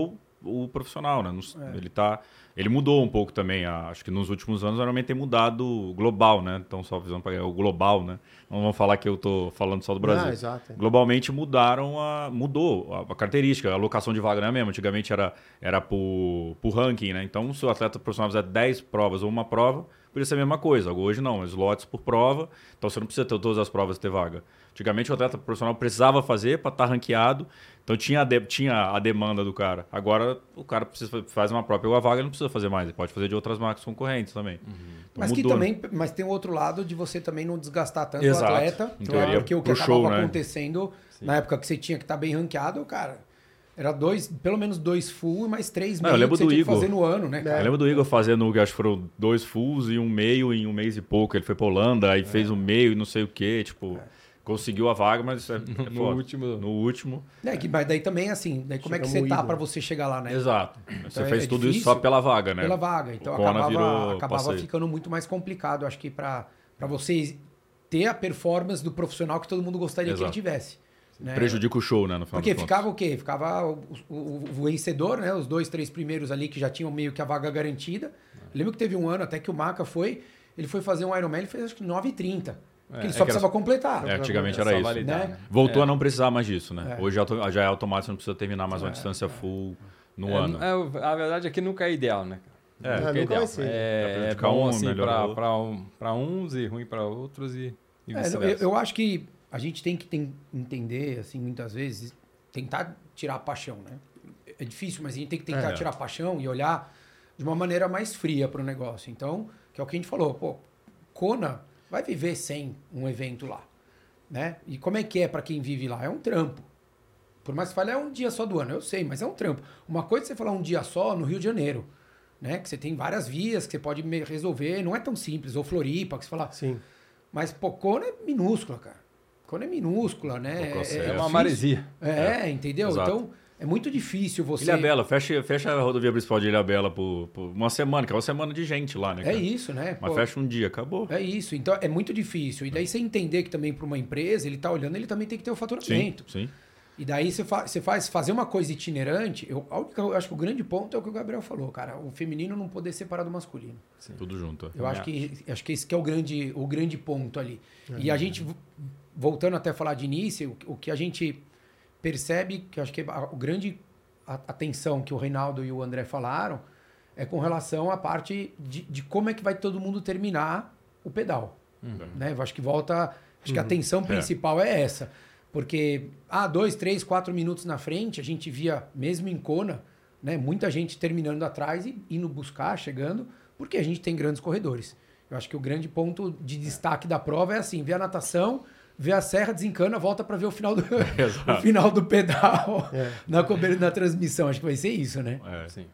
o profissional, né? É. Ele, tá, ele mudou um pouco também. A, acho que nos últimos anos, normalmente tem mudado global, né? Então, só visão para o global, né? Não vamos falar que eu estou falando só do Brasil. Ah, exato, é. Globalmente mudaram, a, mudou a, a característica, a alocação de vaga não é mesmo. Antigamente era, era por, por ranking, né? Então, se o atleta profissional fizer dez provas ou uma prova, poderia ser a mesma coisa. Hoje não, slots por prova. Então, você não precisa ter todas as provas e ter vaga. Antigamente, o atleta profissional precisava fazer para estar ranqueado. Então, tinha a, de, tinha a demanda do cara. Agora, o cara precisa faz uma prova, pegou a vaga, ele não precisa fazer mais. Ele pode fazer de outras marcas concorrentes também. Uhum. Então, mas, que também, mas tem o outro lado de você também não desgastar tanto Exato. o atleta. Em Teoria, porque o que acabava show, né? acontecendo Sim. na época que você tinha que estar bem ranqueado, cara... Era dois, pelo menos dois full e mais três meio que você do tinha Igor. que fazer no ano, né, cara? Eu lembro do Igor fazendo, acho que foram dois fulls e um meio em um mês e pouco. Ele foi pra Holanda, aí é. fez um meio e não sei o quê, tipo... É. Conseguiu a vaga, mas é, é no, foda. último... no último. É, que, mas daí também, assim, daí como Chega é que você tá para você chegar lá, né? Exato. Então você é, fez é tudo difícil, isso só pela vaga, né? Pela vaga. Então acabava, acabava ficando muito mais complicado, acho que para você ter a performance do profissional que todo mundo gostaria Exato. que ele tivesse. Né? Prejudica o show, né? No final Porque ficava o quê? Ficava o, o, o vencedor, né? Os dois, três primeiros ali que já tinham meio que a vaga garantida. Eu lembro que teve um ano até que o Maca foi, ele foi fazer um Ironman, ele fez acho que nove e trinta. É, ele só é precisava era... completar. É, antigamente era, era isso. Validar, né? Voltou é. a não precisar mais disso, né? É. Hoje já é automático, você não precisa terminar mais uma é. distância full no é, ano. É, a verdade é que nunca é ideal, né? É, nunca nunca é ideal. Vai ser. É, é bom um, assim para um, uns e ruim para outros e, e é, eu, eu acho que a gente tem que tem, entender, assim, muitas vezes, tentar tirar a paixão, né? É difícil, mas a gente tem que tentar é. tirar a paixão e olhar de uma maneira mais fria para o negócio. Então, que é o que a gente falou, pô, Kona vai viver sem um evento lá, né? E como é que é para quem vive lá? É um trampo. Por mais que você fale, é um dia só do ano, eu sei, mas é um trampo. Uma coisa é você falar um dia só no Rio de Janeiro, né? Que você tem várias vias que você pode resolver, não é tão simples. Ou Floripa, que você fala... Sim. Mas, pô, Kona é minúscula, cara. Kona é minúscula, né? É, é uma maresia. É, é, entendeu? Exato. Então, é muito difícil você... Ilhabela, fecha, fecha a rodovia principal de Ilhabela por, por uma semana, que é uma semana de gente lá, né, cara? É isso, né? Mas Pô, fecha um dia, acabou. É isso. Então, é muito difícil. E daí você entender que também para uma empresa, ele tá olhando, ele também tem que ter o faturamento. Sim, sim. E daí você, fa você faz fazer uma coisa itinerante. Eu, a única, eu acho que o grande ponto é o que o Gabriel falou, cara. O feminino não poder separar do masculino. Sim. Tudo junto. Eu é. acho que, acho que esse que é o grande, o grande ponto ali. É. E a gente, voltando até a falar de início, o, o que a gente percebe, que eu acho que a, o grande atenção que o Reinaldo e o André falaram, é com relação à parte de, de como é que vai todo mundo terminar o pedal. Uhum. Né? Eu acho que volta... Acho uhum. que a atenção principal é. é essa. Porque, ah, dois, três, quatro minutos na frente, a gente via, mesmo em Kona, né, muita gente terminando atrás e indo buscar, chegando, porque a gente tem grandes corredores. Eu acho que o grande ponto de destaque da prova é assim, ver a natação, ver a serra, desencana, volta para ver o final do, o final do pedal é. na cobertura da transmissão. Acho que vai ser isso, né? É. Sim.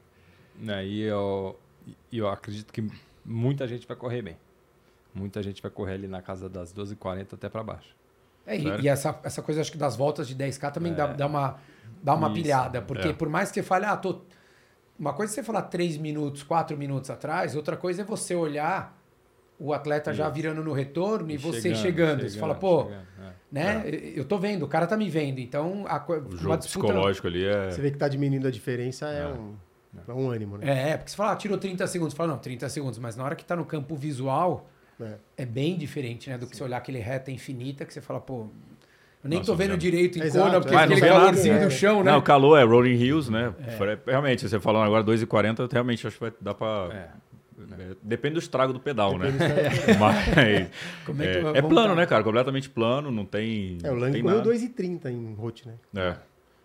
E eu, eu acredito que muita gente vai correr bem. Muita gente vai correr ali na casa das doze e quarenta até para baixo. É, e, e essa, essa coisa, acho que das voltas de dez K também é. dá, dá uma, dá uma pilhada. Porque é. por mais que você fale, ah, tô... uma coisa é você falar três minutos, quatro minutos atrás, outra coisa é você olhar o atleta Isso. já virando no retorno e, e você chegando. chegando. chegando você fala, pô, chegando, é. né? É. Eu tô vendo, o cara tá me vendo. Então, a, o jogo disputa... psicológico ali é... Você vê que tá diminuindo a diferença, é, é. um... É um ânimo, né? É, porque você fala, ah, tirou trinta segundos. Você fala, não, trinta segundos. Mas na hora que tá no campo visual, é, é bem diferente, né? Do que Sim. você olhar aquele reta infinita, que você fala, pô... Eu nem Nossa, tô vendo cara. direito em Kona, porque é, aquele calorzinho é. do chão, né? Não, o calor é Rolling Hills, né? É. Realmente, você falando agora dois e quarenta, realmente acho que vai dar pra... É. Depende do estrago do pedal, Depende né? Do Mas Como é, que é, é plano, né, cara? Completamente plano, não tem... É, o Lang correu dois e trinta em Roth, né? É.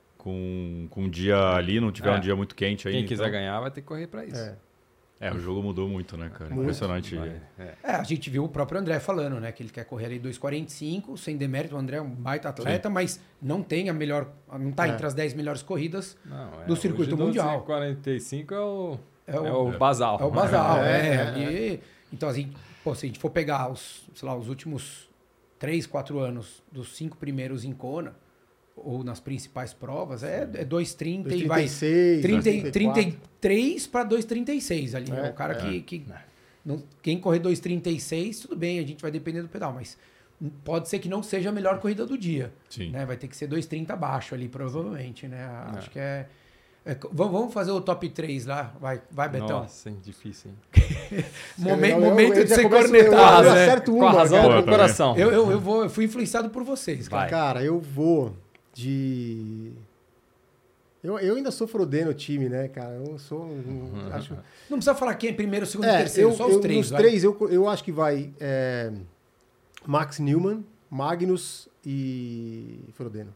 Com, com um dia ali, não tiver é. um dia muito quente aí. Quem quiser então... ganhar vai ter que correr pra isso. É. É, o jogo mudou muito, né, cara? Muito. Impressionante. É. é, a gente viu o próprio André falando, né? Que ele quer correr ali dois e quarenta e cinco, sem demérito. O André é um baita atleta, Sim. mas não tem a melhor... Não tá é. entre as dez melhores corridas não, é, do circuito hoje mundial. doze e quarenta e cinco é o, é o, é o basal. É o basal, é. é, é. Então, assim, pô, se a gente for pegar os, sei lá, os últimos três, quatro anos dos cinco primeiros em Kona, ou nas principais provas, é, é dois e trinta e vai trinta, trinta e três para dois e trinta e seis ali. É, é o cara é. que... que não, quem correr dois e trinta e seis, tudo bem, a gente vai depender do pedal, mas pode ser que não seja a melhor corrida do dia. Sim. Né? Vai ter que ser dois e trinta abaixo ali, provavelmente. Né? Acho que é... É, vamos vamos fazer o top três lá. Vai, vai Betão. Nossa, hein, difícil, hein? Momento, Eu- eu- momento eu de já ser começo- cornetado, eu- eu né? acerto Com a uma, razão cara. do coração. Eu, eu, eu, vou, eu fui influenciado por vocês, cara. Vai. Cara, eu vou de... Eu, eu ainda sou Frodeno time, né, cara? Eu sou... um- acho... Não precisa falar quem é primeiro, segundo e É, terceiro, eu, só os eu- três. nos vai. três, eu, eu acho que vai é, Max Newman, Magnus e Frodeno.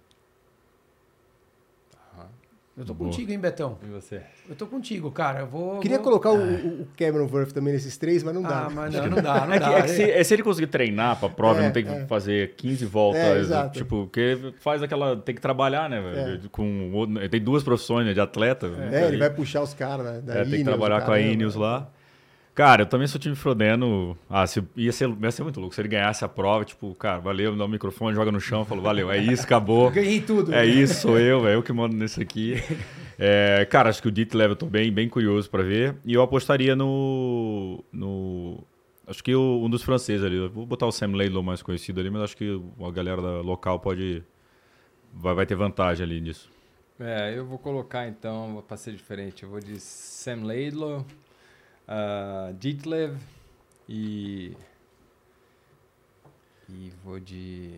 Eu tô Boa. contigo, hein, Betão? E você? Eu tô contigo, cara. Eu vou. Queria vou... colocar o, o Cameron Worth também nesses três, mas não dá. Ah, mas não, não dá, não É que, dá. é que se, é se ele conseguir treinar pra prova, É, não tem que é. fazer quinze voltas, É, exato. tipo, porque faz aquela... Tem que trabalhar, né, velho? É. Com, outro- ele tem duas profissões, né, de atleta. É, ele vai puxar os caras, né? Da É, tem que Ineos, trabalhar o com a caramba. Ineos lá. Cara, eu também sou time Frodeno. Ah, se, ia, ser, ia ser muito louco. Se ele ganhasse a prova, tipo, cara, valeu, me dá o microfone, joga no chão, falou, valeu, é isso, acabou. Ganhei tudo. É isso, sou eu, é eu que mando nisso aqui. É, cara, acho que o Ditlev eu tô bem, bem curioso pra ver. E eu apostaria no... no acho que o, um dos franceses ali. Eu vou botar o Sam Laidlaw mais conhecido ali, mas acho que a galera da local pode... Vai, vai ter vantagem ali nisso. É, eu vou colocar então, para ser diferente, eu vou de Sam Laidlaw, uh, Ditlev e. E vou de.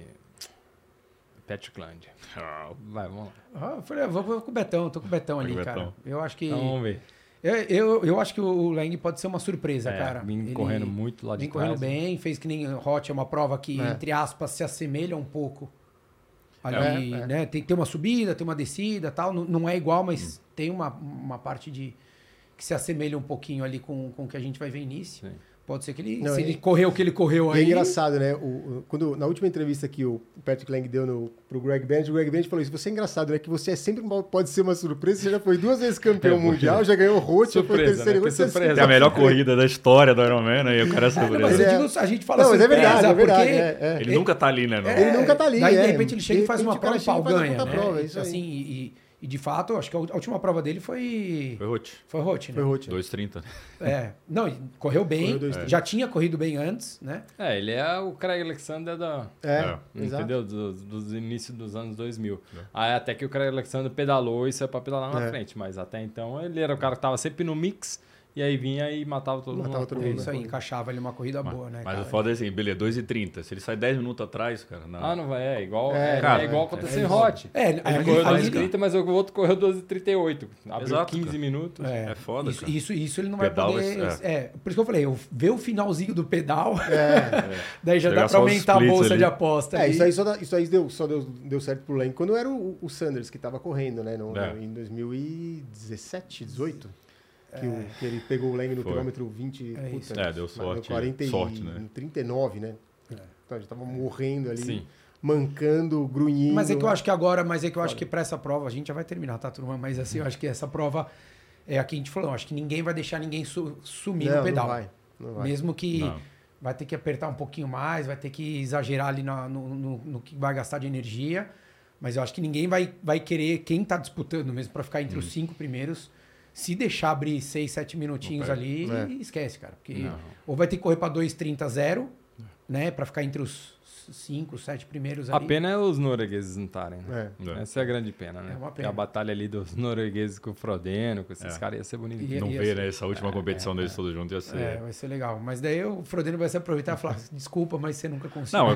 Patrick Land. Vai, vamos lá. Ah, eu falei, eu vou, vou com o Betão, tô com o Betão Vai ali, com o cara. Betão. Eu acho que. Então vamos ver. Eu, eu, eu acho que o Lang pode ser uma surpresa, É, cara. vim Ele correndo muito lá de vem trás. correndo bem, fez que nem Hot, é uma prova que, É. entre aspas, se assemelha um pouco. Ali, É, é. né? Tem, tem uma subida, tem uma descida tal. Não, não é igual, Hum. mas tem uma, uma parte de que se assemelha um pouquinho ali com, com o que a gente vai ver início. Sim. Pode ser que ele, Não, se é- ele correu o que ele correu E é aí. engraçado, né? O, o- quando, na última entrevista que o Patrick Lang deu no, pro Greg Bennett, o Greg Bennett falou isso. Você é engraçado, né? Que você é sempre uma- pode ser uma surpresa. Você já foi duas vezes campeão É, mundial, já ganhou o Roth, já foi Surpresa, terceiro. né? Que Você é surpresa. É a melhor corrida da história do Ironman, né? E o cara é É, não, mas surpresa. eu Ele é- digo, a gente fala Não, mas é surpresa, verdade, é verdade. porque é, é. Ele nunca tá ali, né? Não? É, Ele nunca tá ali, Daí, é. de repente, ele chega De e faz uma repente, o cara prova e pau chega e faz ganha. uma Né? prova, é isso aí. Assim, e, e, de fato, acho que a última prova dele foi. Foi Roth. Foi Roth, né? Foi Roth. dois e trinta. É. Não, e correu bem. Correu dois, três. já tinha corrido bem antes, né? É, ele é o Craig Alexander da. É, É. exato. Entendeu? Dos, dos inícios dos anos dois mil. Aí até que o Craig Alexander pedalou e saiu pra pedalar na É. frente. Mas até então ele era o cara que tava sempre no mix. E aí vinha e matava todo Matava mundo. todo É mundo. isso aí, encaixava ali uma corrida boa, né? Mas cara? o foda é assim, beleza, dois e trinta. Se ele sai dez minutos atrás, cara... Na... Ah, não vai. É igual, É, é, cara, é igual é- aconteceu é em isso. Hot. É, Ele ali, correu ali- doze e trinta, mas o outro correu doze e trinta e oito. Abriu Exato, quinze cara. minutos. É, É foda, isso, cara. isso, isso ele não Pedal vai poder. vai- É. por isso que eu falei, eu ver o finalzinho do pedal, É. daí já Pegar dá pra só os aumentar a splits bolsa ali. de aposta. É, ali. isso aí só, dá- isso aí deu, só deu, deu certo pro Lang quando era o, o Sanders que tava correndo, né? No, É. no- em dois mil e dezessete, dezoito. Que, o- que ele pegou o Lang no Foi. quilômetro vinte. É isso. É, deu no sorte, quarenta e- sorte, né? no trinta e nove, né? É. Então a gente tava morrendo ali, Sim. mancando, grunhindo. Mas é que eu acho que agora, mas é que eu acho que pra essa prova, a gente já vai terminar, tá, turma? Mas assim, eu acho que essa prova é a que a gente falou, eu acho que ninguém vai deixar ninguém su- sumir não, no pedal. Não vai, não vai. Mesmo que Não. vai ter que apertar um pouquinho mais, vai ter que exagerar ali na- no, no, no que vai gastar de energia. Mas eu acho que ninguém vai, vai querer, quem tá disputando mesmo, pra ficar entre os cinco primeiros, se deixar abrir seis, sete minutinhos Não ali, É. esquece, cara. Porque Não. ou vai ter que correr pra dois trinta zero, né? Pra ficar entre os cinco, sete primeiros A ali. pena é os noruegueses não estarem, né? É. É. Essa é a grande pena, né? É uma Porque pena. a batalha ali dos noruegueses com o Frodeno, com esses É. caras ia ser bonito. E- Não ia vê, ser- né? Essa última competição deles todos juntos ia ser... É, vai ser legal. Mas daí o Frodeno vai se aproveitar e falar: desculpa, mas você nunca conseguiu. Não, é.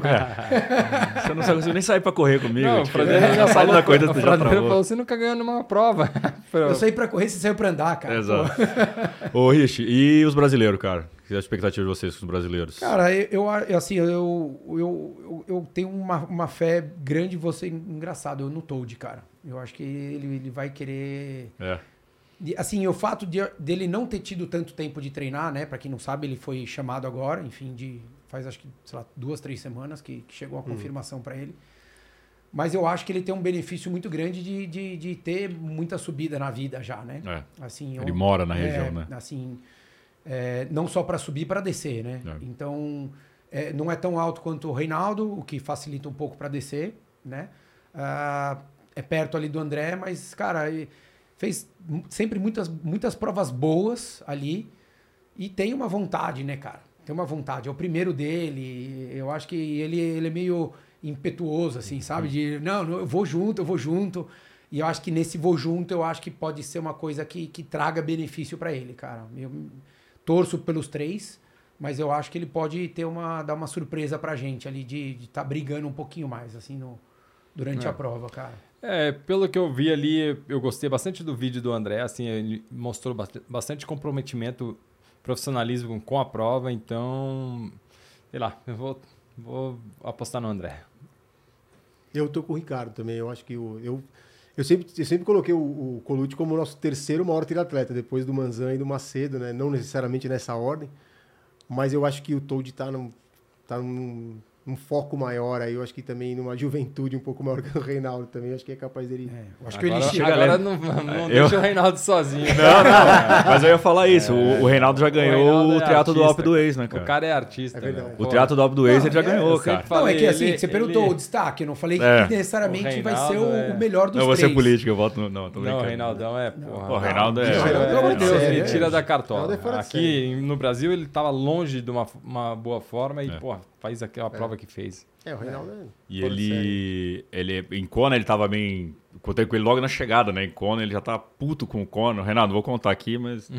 Você não conseguiu nem sair pra correr comigo. Não, o tipo, Frodeno é, já sai falou, da coisa o tu já Frodeno travou. falou, você nunca ganhou numa prova. Eu saí pra correr, você saiu pra andar, cara. Exato. Ô, Rich, e os brasileiros, cara? Que é a expectativa de vocês com os brasileiros? Cara, eu, eu assim, eu, eu, eu, eu tenho uma, uma fé grande em você, engraçado, eu no Toad, cara. Eu acho que ele, ele vai querer... É. E, assim, o fato de, dele não ter tido tanto tempo de treinar, né? Pra quem não sabe, ele foi chamado agora, enfim, de faz acho que, sei lá, duas, três semanas que, que chegou a confirmação pra ele. Mas eu acho que ele tem um benefício muito grande de, de, de ter muita subida na vida já, né? É. Assim, Ele eu- mora na região, é, né? Assim, é, não só para subir, para descer, né? É. Então, é, não é tão alto quanto o Reinaldo, o que facilita um pouco para descer, né? Ah, é perto ali do André, mas, cara, ele fez mu- sempre muitas, muitas provas boas ali e tem uma vontade, né, cara? Tem uma vontade. É o primeiro dele, eu acho que ele, ele é meio impetuoso, assim, sabe? De, não, não, eu vou junto, eu vou junto. E eu acho que nesse vou junto, eu acho que pode ser uma coisa que, que traga benefício para ele, cara. Eu torço pelos três, mas eu acho que ele pode ter uma, dar uma surpresa pra gente ali de estar tá brigando um pouquinho mais, assim, no, durante é. a prova, cara. É, pelo que eu vi ali, eu gostei bastante do vídeo do André, assim, ele mostrou bastante comprometimento, profissionalismo com a prova, então, sei lá, eu vou, vou apostar no André. Eu tô com o Ricardo também, eu acho que o, eu, eu, sempre, eu sempre coloquei o, o Colucci como o nosso terceiro maior triatleta, depois do Manzan e do Macedo, né? Não necessariamente nessa ordem, mas eu acho que o Toad tá num, tá num, num foco maior aí, eu acho que também numa juventude um pouco maior que o Reinaldo também, eu acho que é capaz dele... É, eu acho agora, que ele chega... Agora não, não eu... deixa o Reinaldo sozinho. Não, não, mas eu ia falar isso, é, o, o Reinaldo já ganhou o, Reinaldo é o triatlo do Alpe do Ex, né, cara? O cara é artista. É né? O triatlo do Alpe do Ex ele já é, ganhou, cara. Não, é que assim, ele, você perguntou ele... o destaque, eu não falei é. que necessariamente vai ser o, é. o melhor dos não, três. Não, vou ser político, eu voto no... Não, tô não, o brincando. Reinaldão é... Porra, Pô, o Reinaldo é... Não, Reinaldo, pelo amor de Deus, ele é. tira da cartola. É Aqui no Brasil ele tava longe de uma, uma boa forma e, é. pô, faz aquela prova é. que fez. É, o Reinaldo é... E ele, ele, em Kona ele tava bem... Contei com ele logo na chegada, né? Em Kona ele já tá puto com o Kona. Renato, não vou contar aqui, mas...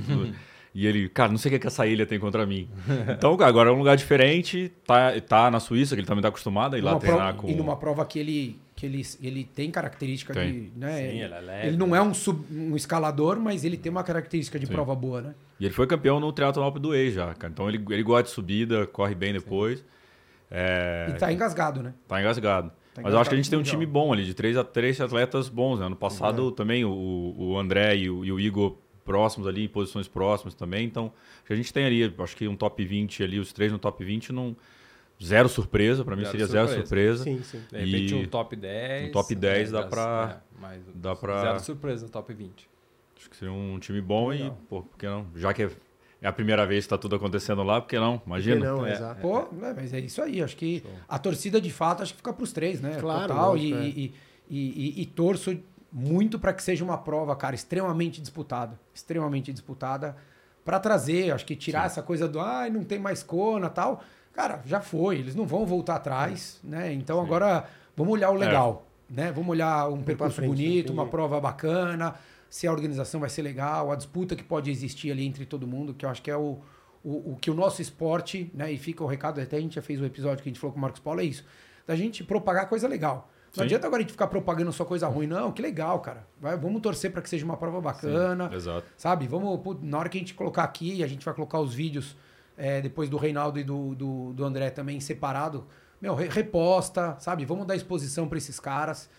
E ele, cara, não sei o que, é que essa ilha tem contra mim. Então, agora é um lugar diferente, tá, tá na Suíça, que ele também tá acostumado a ir lá Numa treinar prova, com... E numa prova que ele, que ele, ele tem característica tem. de... Né? Sim, ele é leve. Ele não é um, sub, um escalador, mas ele tem uma característica de Sim. prova boa, né? E ele foi campeão no triatlo Alpe do Ex já, cara. Então ele, ele gosta de subida, corre bem depois. É... E tá engasgado, né? Tá engasgado. Tá Mas eu acho que a gente engasgado tem um mundial. time bom ali, de três, a, três atletas bons. Né? Ano passado Uhum. também o, o André e o, e o Igor próximos ali, em posições próximas também. Então, a gente tem ali, acho que um top vinte ali, os três no top vinte, não... zero surpresa. Pra mim Zero seria surpresa. zero surpresa. Sim, sim. De repente E um top dez. um top dez dá das- pra- é, mas dá pra- Zero surpresa no top vinte. Acho que seria um time bom Legal. e, pô, por que não? Já que é é a primeira vez que tá tudo acontecendo lá, por que não? Por Imagina. que não, É. exato. Pô, é, mas é isso aí. Acho que a torcida, de fato, acho que fica pros três, né? Claro, Total. lógico, e, é. e, e, e, e torço muito para que seja uma prova, cara, extremamente disputada. Extremamente disputada. Para trazer, acho que tirar Sim. essa coisa do, ai, não tem mais Kona e tal. Cara, já foi. Eles não vão voltar atrás, né? Então agora vamos olhar o legal, né? Vamos olhar um percurso frente, bonito, entendi. uma prova bacana, se a organização vai ser legal, a disputa que pode existir ali entre todo mundo, que eu acho que é o, o, o que o nosso esporte, né? E fica o recado, até a gente já fez o episódio que a gente falou com o Marcos Paulo, é isso. Da gente propagar coisa legal. Não Sim. adianta agora a gente ficar propagando só coisa ruim, não. Que legal, cara. Vai, vamos torcer para que seja uma prova bacana. Sim, exato. Sabe? Vamos, pô, na hora que a gente colocar aqui, a gente vai colocar os vídeos é, depois do Reinaldo e do, do, do André também separado. Meu, re- reposta, sabe? Vamos dar exposição para esses caras.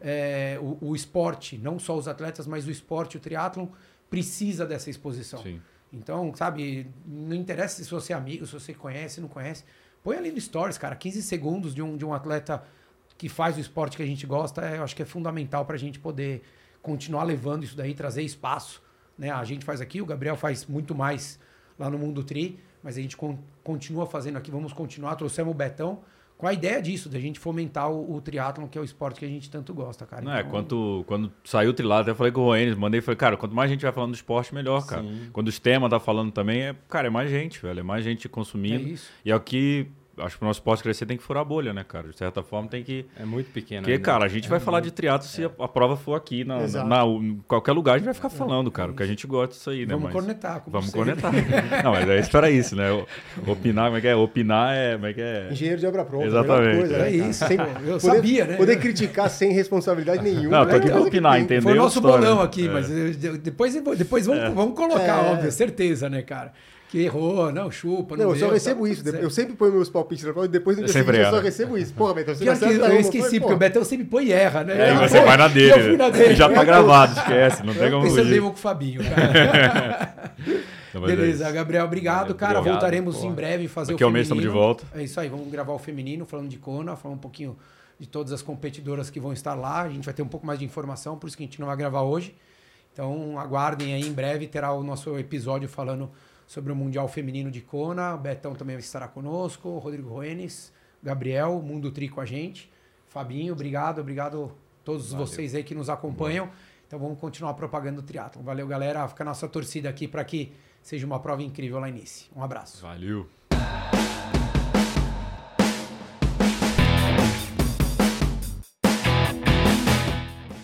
É, o, o esporte, não só os atletas, mas o esporte, o triatlon, precisa dessa exposição. Sim. Então, sabe, não interessa se você é amigo, se você conhece, não conhece. Põe ali no Stories, cara, quinze segundos de um, de um atleta que faz o esporte que a gente gosta, é, eu acho que é fundamental para a gente poder continuar levando isso daí, trazer espaço. Né? A gente faz aqui, o Gabriel faz muito mais lá no Mundo Tri, mas a gente con- continua fazendo aqui, vamos continuar. Trouxemos o Betão com a ideia disso, da gente fomentar o, o triatlon, que é o esporte que a gente tanto gosta, cara. Não, é, Então, quando, quando saiu o trilado, até falei com o Roenes, mandei e falei, cara, quanto mais gente vai falando do esporte, melhor, cara. Sim. Quando o Stema tá falando também, é, cara, é mais gente, velho, é mais gente é consumindo. isso. E é o que, acho que pro nosso esporte crescer tem que furar a bolha, né, cara? De certa forma tem que... É muito pequeno. Porque, ainda. cara, a gente É vai falar muito- de triatlo se a, a prova for aqui, na, na, Exato. na- em qualquer lugar a gente vai ficar falando, cara, porque a gente gosta disso aí, né? Vamos mas- cornetar. como Vamos sempre. cornetar. Não, mas é isso para isso, né? O- Opinar, como é que é? Opinar é... Como é que é? Engenheiro de obra pronta. Exatamente, melhor coisa, é. né, É cara? isso, Sem- pô, eu poder, sabia, né? Poder criticar sem responsabilidade nenhuma. Não, tô aqui é pra coisa que opinar, tem. entendeu? Foi o nosso História. bolão aqui, É. mas eu- depois, depois vamos, vamos colocar, É. óbvio, certeza, né, cara? Que errou, não, chupa, não Não, eu só deu, recebo tá isso. tudo Eu certo. sempre ponho meus palpites na prova e depois no É dia sempre seguinte eu só erra. recebo isso. Porra, Betão, você Pior não que acerta eu uma. esqueci, Falei, porque o pô, Betão sempre põe e erra, né? É, e Eu- você vai na dele, eu fui na né? dele. Já tá gravado, esquece, não tem como Pensando fugir. mesmo com o Fabinho, cara. Não, mas é Beleza, isso. Gabriel, obrigado, Valeu, cara. obrigado, Voltaremos porra. em breve fazer Daqui o a um mês feminino. estamos de volta. É isso aí, vamos gravar o feminino, falando de Kona, falando um pouquinho de todas as competidoras que vão estar lá. A gente vai ter um pouco mais de informação, por isso que a gente não vai gravar hoje. Então, aguardem aí, em breve terá o nosso episódio falando sobre o Mundial Feminino de Kona. O Betão também estará conosco, o Rodrigo Roenes, Gabriel, Mundo Tri com a gente. Fabinho, obrigado, obrigado a todos Valeu. vocês aí que nos acompanham. Então vamos continuar propagando o triatlon. Valeu, galera. Fica a nossa torcida aqui para que seja uma prova incrível lá início. Um abraço. Valeu.